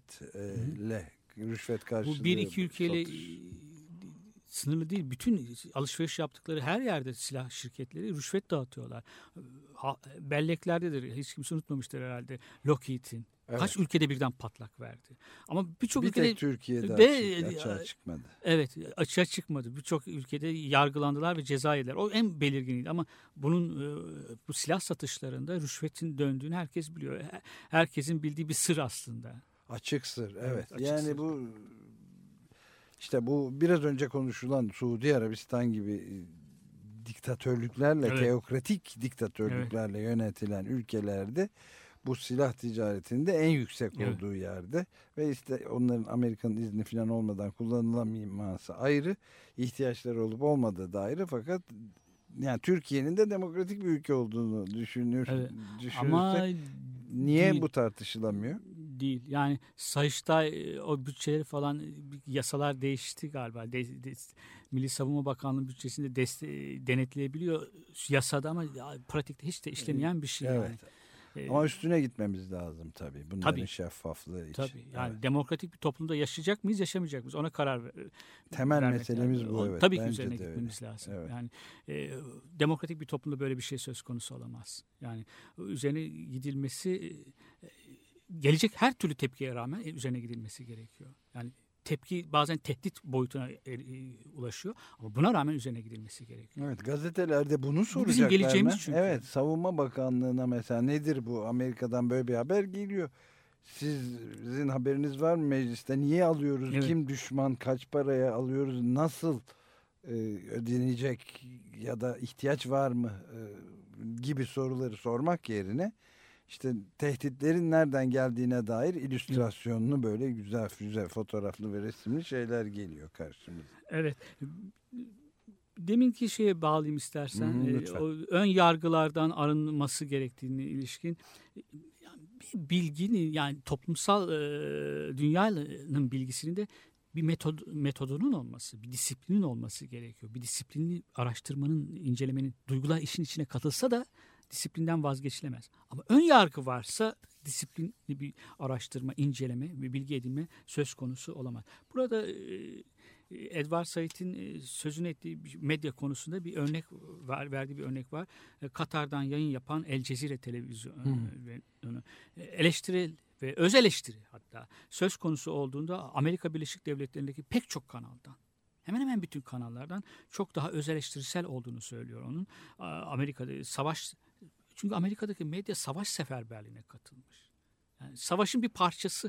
rüşvet karşılığı. Bu bir iki ülkeyle satış. sınırlı değil. Bütün alışveriş yaptıkları her yerde silah şirketleri rüşvet dağıtıyorlar. Belleklerdedir. Hiç kimse unutmamıştır herhalde. Lockheed'in. Evet. Kaç ülkede birden patlak verdi. Ama birçok Bir ülkede tek Türkiye'de ve- açığa çıkmadı. evet açığa çıkmadı. Birçok ülkede yargılandılar ve ceza yediler. O en belirginiydi ama bunun bu silah satışlarında rüşvetin döndüğünü herkes biliyor. Herkesin bildiği bir sır aslında. Açık sır, evet. açık Yani sır. bu işte bu biraz önce konuşulan Suudi Arabistan gibi diktatörlüklerle, Evet. teokratik diktatörlüklerle yönetilen ülkelerde bu silah ticaretinde en yüksek Evet. olduğu yerde ve işte onların Amerika'nın izni falan olmadan kullanılamaması ayrı, ihtiyaçları olup olmadığı da ayrı, fakat yani Türkiye'nin de demokratik bir ülke olduğunu Evet. düşünürsek Ama niye değil. bu tartışılamıyor? Değil. Yani Sayıştay o bütçeleri falan yasalar değişti galiba. Milli Savunma Bakanlığı bütçesinde denetleyebiliyor yasada ama pratikte hiç de işlemeyen bir şey yani. Evet. Ama üstüne gitmemiz lazım tabii. Bunların Tabii. şeffaflığı için. Tabii. Yani Evet. demokratik bir toplumda yaşayacak mıyız, yaşamayacak mıyız? Ona karar Temel vermek meselemiz lazım. bu, evet. Tabii ki Bence üzerine de öyle. gitmemiz lazım. Evet. Yani demokratik bir toplumda böyle bir şey söz konusu olamaz. Yani üzerine gidilmesi gelecek her türlü tepkiye rağmen üzerine gidilmesi gerekiyor. Yani tepki bazen tehdit boyutuna ulaşıyor ama buna rağmen üzerine gidilmesi gerekiyor. Evet, gazetelerde bunu soracaklar bizim geleceğimiz mı? çünkü. Evet, Savunma Bakanlığı'na mesela nedir bu? Amerika'dan böyle bir haber geliyor. Sizin haberiniz var mı mecliste? Niye alıyoruz? Evet. Kim düşman? Kaç paraya alıyoruz? Nasıl ödenecek ya da ihtiyaç var mı? Gibi soruları sormak yerine işte tehditlerin nereden geldiğine dair illüstrasyonlu böyle güzel fotoğraflı ve resimli şeyler geliyor karşımıza. Evet. Deminki şeye bağlayayım istersen. Hı hı, lütfen. O ön yargılardan arınması gerektiğine ilişkin bir bilginin, yani toplumsal dünyanın bilgisinin de bir metodunun olması, bir disiplinin olması gerekiyor. Bir disiplinli araştırmanın, incelemenin, duygular işin içine katılsa da disiplinden vazgeçilemez. Ama ön yargı varsa disiplinli bir araştırma, inceleme ve bilgi edinme söz konusu olamaz. Burada Edward Said'in sözünü ettiği medya konusunda bir örnek verdiği bir örnek var. Katar'dan yayın yapan El Cezire televizyonu eleştirel ve öz eleştiri hatta söz konusu olduğunda Amerika Birleşik Devletleri'ndeki pek çok kanaldan, hemen hemen bütün kanallardan çok daha öz eleştirisel olduğunu söylüyor onun. Amerika'da savaş, çünkü Amerika'daki medya savaş seferberliğine katılmış. Yani savaşın bir parçası.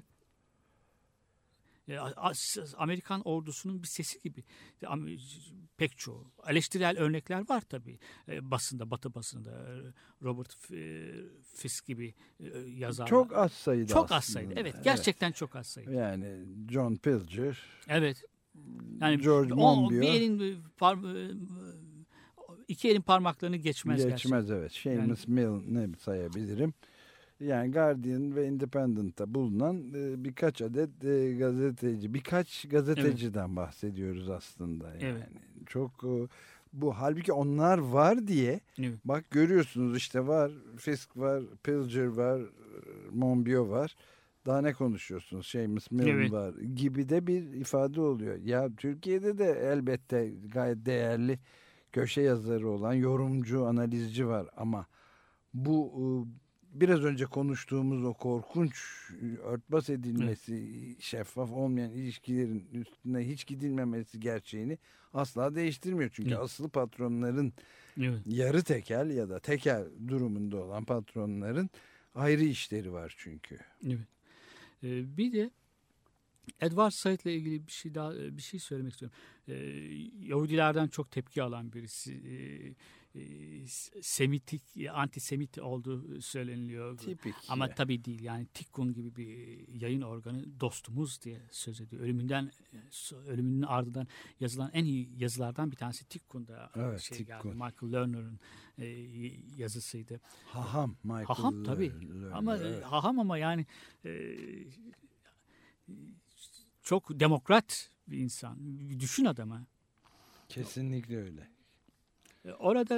Amerikan ordusunun bir sesi gibi. Pek çoğu. Eleştirel örnekler var tabii. Basında, Batı basında. Robert Fisk gibi yazarlar. Çok az sayıda Çok aslında. az sayıda. Evet, gerçekten çok az sayıda. Yani John Pilger, Evet. Yani George Monbiot. bir elin iki elin parmaklarını geçmez gerçekten. evet. Seamus Mill ne sayabilirim? Yani Guardian ve Independent'ta bulunan birkaç adet birkaç gazeteciden bahsediyoruz aslında. Yani Evet. çok bu halbuki onlar var diye Evet. bak görüyorsunuz işte var, Fisk var, Pilger var, Monbiot var. Daha ne konuşuyorsunuz? Seamus Mill Evet. var gibi de bir ifade oluyor. Ya Türkiye'de de elbette gayet değerli köşe yazarı olan yorumcu, analizci var ama bu biraz önce konuştuğumuz o korkunç örtbas edilmesi, şeffaf olmayan ilişkilerin üstüne hiç gidilmemesi gerçeğini asla değiştirmiyor. Çünkü asıl patronların yarı tekel ya da tekel durumunda olan patronların ayrı işleri var çünkü. Evet. Bir de Edward Said'le ilgili bir şey söylemek istiyorum. Yahudilerden çok tepki alan birisi. Semitik, antisemit olduğu söyleniliyor. Tipik. Ama tabii değil. Yani Tikkun gibi bir yayın organı dostumuz diye söz ediyor. Ölümünün ardından yazılan en iyi yazılardan bir tanesi Tikkun'da Tikkun. geldi. Michael Lerner'ın yazısıydı. Haham Michael. Haham tabii. Ama evet. haham ama yani çok demokrat bir insan. Bir düşün adamı. Kesinlikle öyle. Orada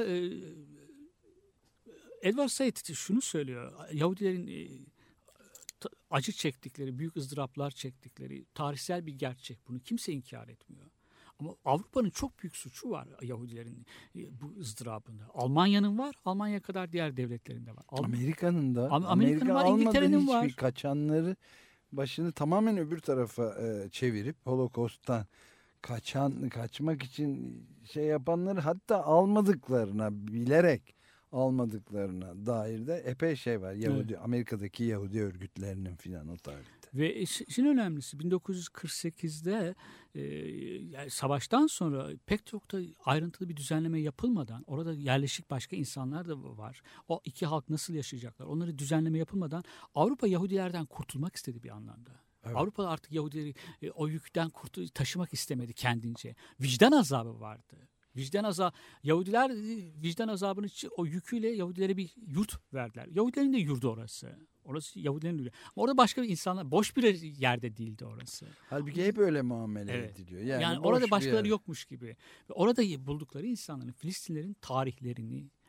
Edward Said şunu söylüyor. Yahudilerin acı çektikleri, büyük ızdıraplar çektikleri tarihsel bir gerçek. Bunu kimse inkar etmiyor. Ama Avrupa'nın çok büyük suçu var Yahudilerin bu ızdırabında. Almanya'nın var, Almanya kadar diğer devletlerinde var. Amerika'nın da. Amerika'nın var, İngiltere'nin var. Kaçanları başını tamamen öbür tarafa çevirip Holocaust'tan kaçmak için şey yapanları hatta bilerek almadıklarına dair de epey şey var. Amerika'daki Yahudi örgütlerinin filan o tarihte. Ve işin önemlisi 1948'de yani savaştan sonra pek çok da ayrıntılı bir düzenleme yapılmadan, orada yerleşik başka insanlar da var. O iki halk nasıl yaşayacaklar? Onları düzenleme yapılmadan Avrupa Yahudilerden kurtulmak istedi bir anlamda. Evet. Avrupa artık Yahudileri o yükten taşımak istemedi kendince. Vicdan azabı vardı. Yahudiler vicdan azabının için o yüküyle Yahudilere bir yurt verdiler. Yahudilerin de yurdu orası. Orası Yahudilerin yurdu. Ama orada başka bir insanlar, boş bir yerde değildi orası. Halbuki hep öyle muamele ediliyor. Yani orada başkaları yokmuş gibi. Ve orada buldukları insanların, Filistinlerin tarihlerini,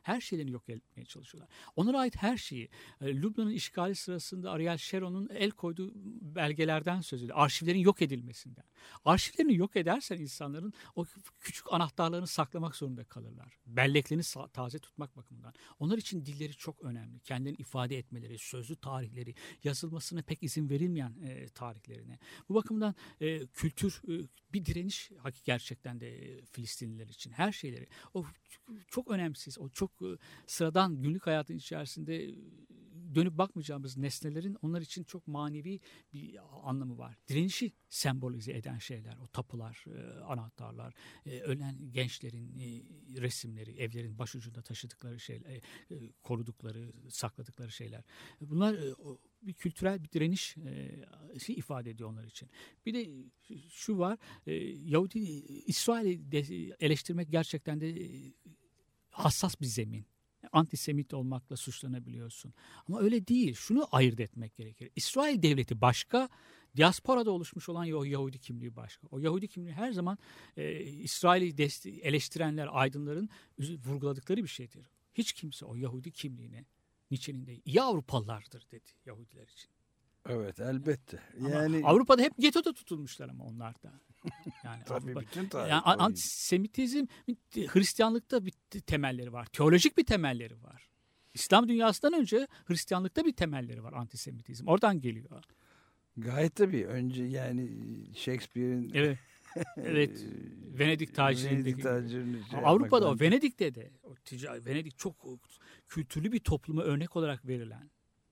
Her şeylerini yok etmeye çalışıyorlar. Onlara ait her şeyi, Lübnan'ın işgali sırasında Ariel Sharon'un el koyduğu belgelerden söz ediyor. Arşivlerin yok edilmesinden. Arşivlerini yok edersen insanların o küçük anahtarlarını saklamak zorunda kalırlar. Belleklerini taze tutmak bakımından. Onlar için dilleri çok önemli. Kendilerini ifade etmeleri, sözlü tarihleri, yazılmasına pek izin verilmeyen tarihlerine. Bu bakımdan kültür bir direniş gerçekten de Filistinliler için. Her şeyleri. O çok önemsiz, o çok sıradan günlük hayatın içerisinde dönüp bakmayacağımız nesnelerin onlar için çok manevi bir anlamı var. Direnişi sembolize eden şeyler, o tapılar, anahtarlar, ölen gençlerin resimleri, evlerin başucunda taşıdıkları şeyler, korudukları, sakladıkları şeyler. Bunlar bir kültürel bir direniş ifade ediyor onlar için. Bir de şu var, Yahudi, İsrail'i eleştirmek gerçekten de hassas bir zemin. Antisemit olmakla suçlanabiliyorsun. Ama öyle değil. Şunu ayırt etmek gerekir. İsrail devleti başka, diasporada oluşmuş olan o Yahudi kimliği başka. O Yahudi kimliği her zaman İsrail'i eleştirenler, aydınların vurguladıkları bir şeydir. Hiç kimse o Yahudi kimliğine, Nietzsche'nin de iyi Avrupalılardır dedi Yahudiler için. Evet, elbette. Yani Avrupa'da hep getoda tutulmuşlar ama onlar da. Yani tabii bütün tarih. Yani antisemitizm Hristiyanlıkta bir temelleri var. Teolojik bir temelleri var. İslam dünyasından önce Hristiyanlıkta bir temelleri var antisemitizm. Oradan geliyor. Gayet tabii. Önce yani Shakespeare'in evet. Venedik tacirindeki. o Avrupa'da Venedik'te de Venedik çok kültürlü bir topluma örnek olarak verilen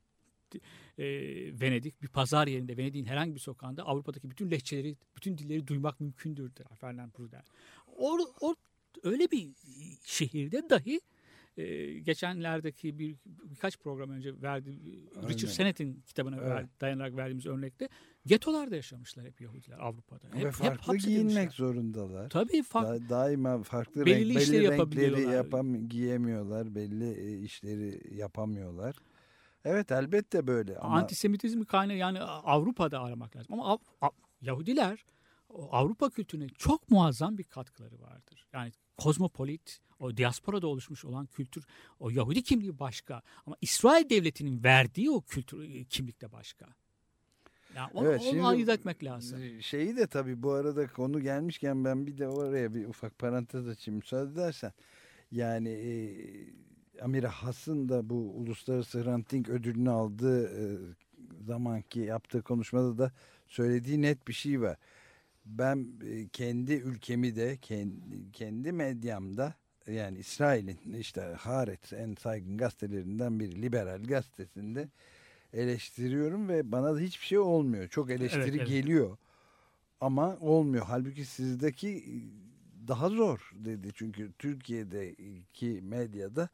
Venedik bir pazar yerinde, Venedik'in herhangi bir sokağında Avrupa'daki bütün lehçeleri, bütün dilleri duymak mümkündür der Ferdinand Brunel. Öyle bir şehirde dahi geçenlerdeki birkaç program önce Richard Sennett'in kitabına dayanarak verdiğimiz örnekte getolarda yaşamışlar hep Yahudiler Avrupa'da. Ve farklı giyinmek zorundalar. Tabii daima farklı belli renkleri giyemiyorlar, belli işleri yapamıyorlar. Evet, elbette böyle. Ama antisemitizmi kaynağı yani Avrupa'da aramak lazım. Ama Yahudiler Avrupa kültürüne çok muazzam bir katkıları vardır. Yani kozmopolit, o diasporada oluşmuş olan kültür, o Yahudi kimliği başka. Ama İsrail devletinin verdiği o kültür kimlik de başka. Yani onu ayırt etmek lazım. Şeyi de tabii bu arada konu gelmişken ben bir de oraya bir ufak parantez açayım müsaade edersen. Yani Amira Hass'ın da bu Uluslararası Hrant Dink ödülünü aldığı zamanki yaptığı konuşmada da söylediği net bir şey var. Ben kendi ülkemi de kendi medyamda, yani İsrail'in işte Haaretz en saygın gazetelerinden biri, liberal gazetesinde eleştiriyorum ve bana da hiçbir şey olmuyor. Çok eleştiri geliyor ama olmuyor. Halbuki sizdeki daha zor dedi. Çünkü Türkiye'deki medyada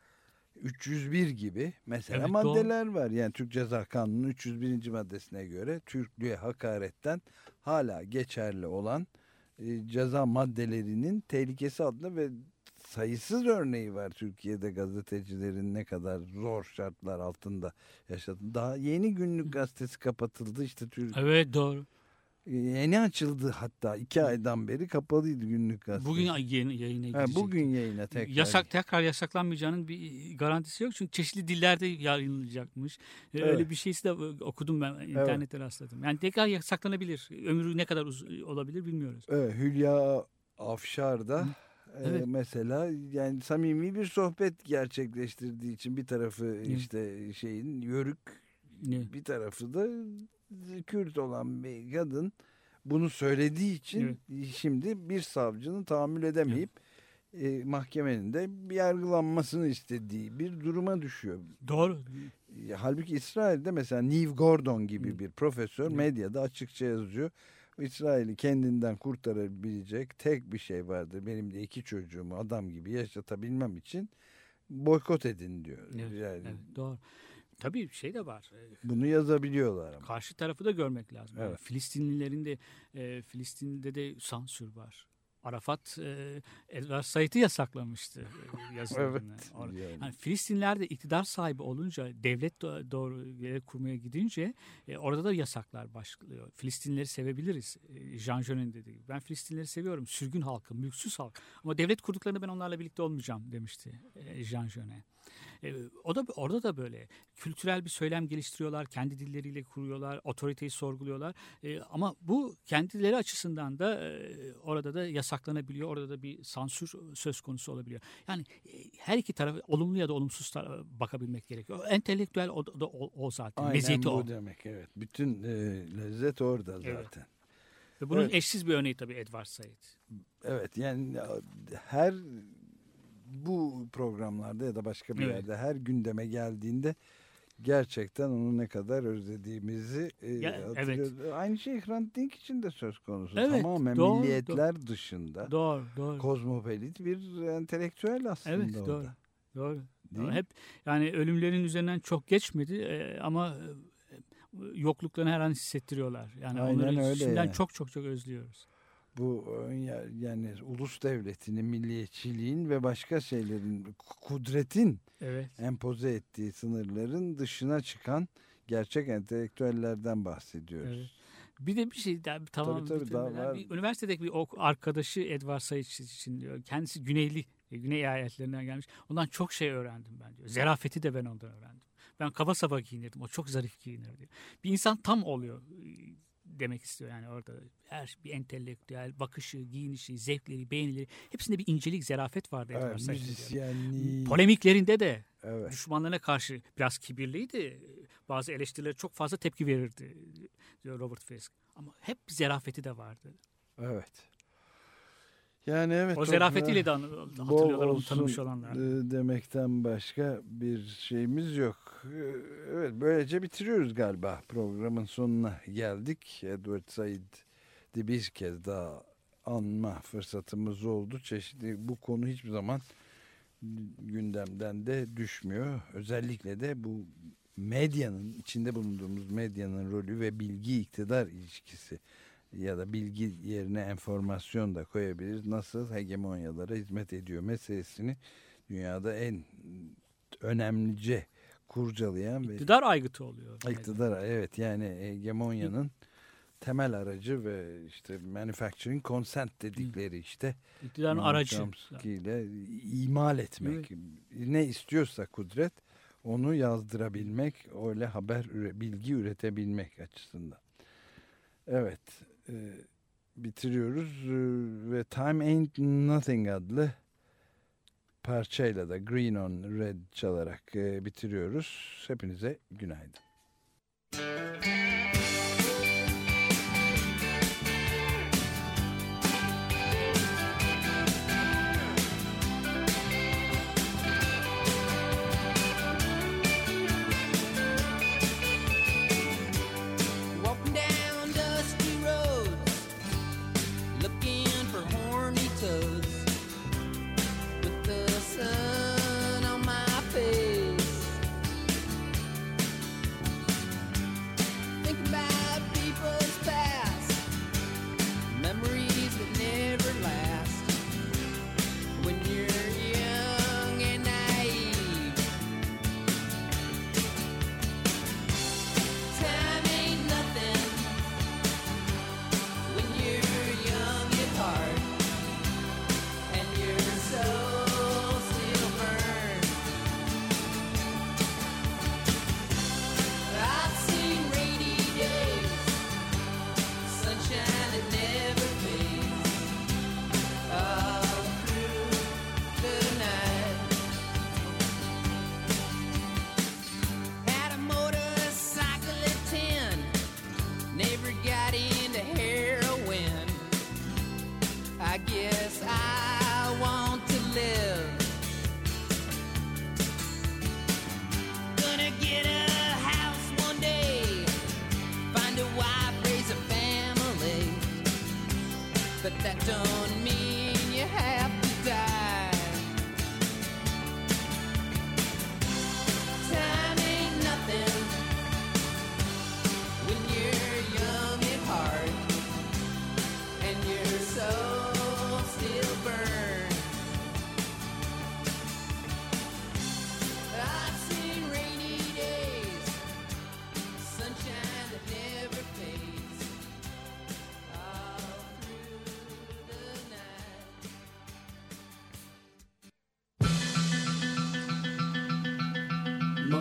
301 gibi mesela maddeler var. Yani Türk Ceza Kanunu'nun 301. maddesine göre Türklüğe hakaretten hala geçerli olan ceza maddelerinin tehlikesi adlı ve sayısız örneği var Türkiye'de gazetecilerin ne kadar zor şartlar altında yaşadı. Daha yeni Günlük Gazetesi kapatıldı işte Türkiye. Evet, doğru. Yeni açıldı, hatta 2 aydan beri kapalıydı Günlük Gazetesi. Bugün yayına girecek. Bugün yayına tekrar. Tekrar yasaklanmayacağının bir garantisi yok. Çünkü çeşitli dillerde yayınlanacakmış. Öyle bir şeysi de okudum ben, internette rastladım. Yani tekrar yasaklanabilir. Ömrü ne kadar olabilir bilmiyoruz. Evet, Hülya Avşar da mesela yani samimi bir sohbet gerçekleştirdiği için bir tarafı işte şeyin Yörük, bir tarafı da Kürt olan bir kadın bunu söylediği için şimdi bir savcının tahammül edemeyip mahkemenin de bir yargılanmasını istediği bir duruma düşüyor. Doğru. Halbuki İsrail'de mesela Nev Gordon gibi bir profesör medyada açıkça yazıyor. İsrail'i kendinden kurtarabilecek tek bir şey vardır. Benim de 2 çocuğumu adam gibi yaşatabilmem için boykot edin diyor. Evet, doğru. Tabii şey de var. Bunu yazabiliyorlar ama. Karşı tarafı da görmek lazım. Evet. Yani Filistinlilerin de Filistin'de de sansür var. Arafat Edward Said'i yasaklamıştı yazılarını. Evet. Yani Filistinler de iktidar sahibi olunca, devlet doğru kurmaya gidince orada da yasaklar başlıyor. Filistinleri sevebiliriz. Jean Genet'in dediği gibi. Ben Filistinleri seviyorum. Sürgün halkı, mülksüz halk. Ama devlet kurduklarında ben onlarla birlikte olmayacağım demişti Jean Genet. Orada da böyle kültürel bir söylem geliştiriyorlar, kendi dilleriyle kuruyorlar, otoriteyi sorguluyorlar. Ama bu kendileri açısından da orada da yasaklanabiliyor, orada da bir sansür söz konusu olabiliyor. Yani her iki tarafı olumlu ya da olumsuz bakabilmek gerekiyor. Entelektüel o zaten, Aynen meziyeti bu o. demek, evet. Bütün lezzet orada zaten. Evet. Ve bunun Evet. eşsiz bir örneği tabii Edward Said. Evet, yani her bu programlarda ya da başka bir Evet. yerde her gündeme geldiğinde gerçekten onu ne kadar özlediğimizi hatırlıyoruz. Aynı şey Hrant Dink için de söz konusu. Evet, Tamamen doğru, milliyetler dışında. Doğru. Kozmopolit bir entelektüel aslında Evet, o doğru. da. Doğru. Değil mi? Hep yani ölümlerin üzerinden çok geçmedi ama yokluklarını her an hissettiriyorlar. Yani Aynen onları öyle şimdiden yani. çok özlüyoruz. Bu yani ulus devletinin, milliyetçiliğin ve başka şeylerin, kudretin Evet. empoze ettiği sınırların dışına çıkan gerçek entelektüellerden bahsediyoruz. Evet. Bir de bir şey daha tamam. Tabii, daha bitirmeden. var. Bir üniversitedeki bir arkadaşı Edward Said için diyor. Kendisi Güney eyaletlerinden gelmiş. Ondan çok şey öğrendim ben diyor. Zerafeti de ben ondan öğrendim. Ben kaba saba giyinirdim. O çok zarif giyinir diyor. Bir insan tam oluyor demek istiyor yani orada. Her bir entelektüel bakışı, giyinişi, zevkleri, beğenileri hepsinde bir incelik, zerafet vardı Edward Evet, Said'in. müzisyenliği. Polemiklerinde de Evet. düşmanlarına karşı biraz kibirliydi. Bazı eleştirilere çok fazla tepki verirdi diyor Robert Fisk. Ama hep bir zerafeti de vardı. Evet. Yani evet. O zerafetiyle de bol hatırlıyorlar onu olsun tanımış olanlar. demekten başka bir şeyimiz yok. Evet, böylece bitiriyoruz galiba. Programın sonuna geldik. Edward Said'i bir kez daha anma fırsatımız oldu. Çeşitli bu konu hiçbir zaman gündemden de düşmüyor. Özellikle de bu medyanın, içinde bulunduğumuz medyanın rolü ve bilgi iktidar ilişkisi ya da bilgi yerine enformasyon da koyabiliriz. Nasıl hegemonyalara hizmet ediyor meselesini dünyada en önemlice kurcalayan ve İktidar aygıtı oluyor. iktidar, evet, yani hegemonyanın temel aracı ve işte manufacturing consent dedikleri işte İktidarın Noam aracı. Chomsky ile imal etmek. Ne istiyorsa kudret onu yazdırabilmek, öyle bilgi üretebilmek açısından. Evet, bitiriyoruz ve Time Ain't Nothing adlı parçayla da Green on Red çalarak bitiriyoruz. Hepinize günaydın. Walking down dusty roads, looking for horny toads, with the sun on my face.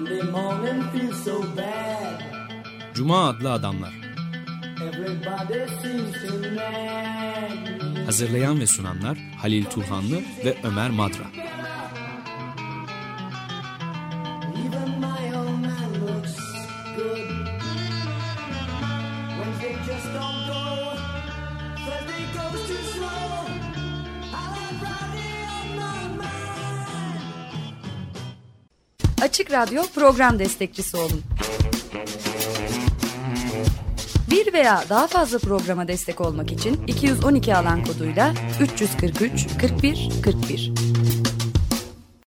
Monday morning feels so bad. Cuma adlı adamlar. Everybody seems to nag me. Hazırlayan ve sunanlar Halil Turhanlı ve Ömer Madra. Even my old man looks good. Wednesday just don't go. Thursday goes too slow. I'll have Friday on my mind. Açık Radyo program destekçisi olun. Bir veya daha fazla programa destek olmak için 212 alan koduyla 343 41 41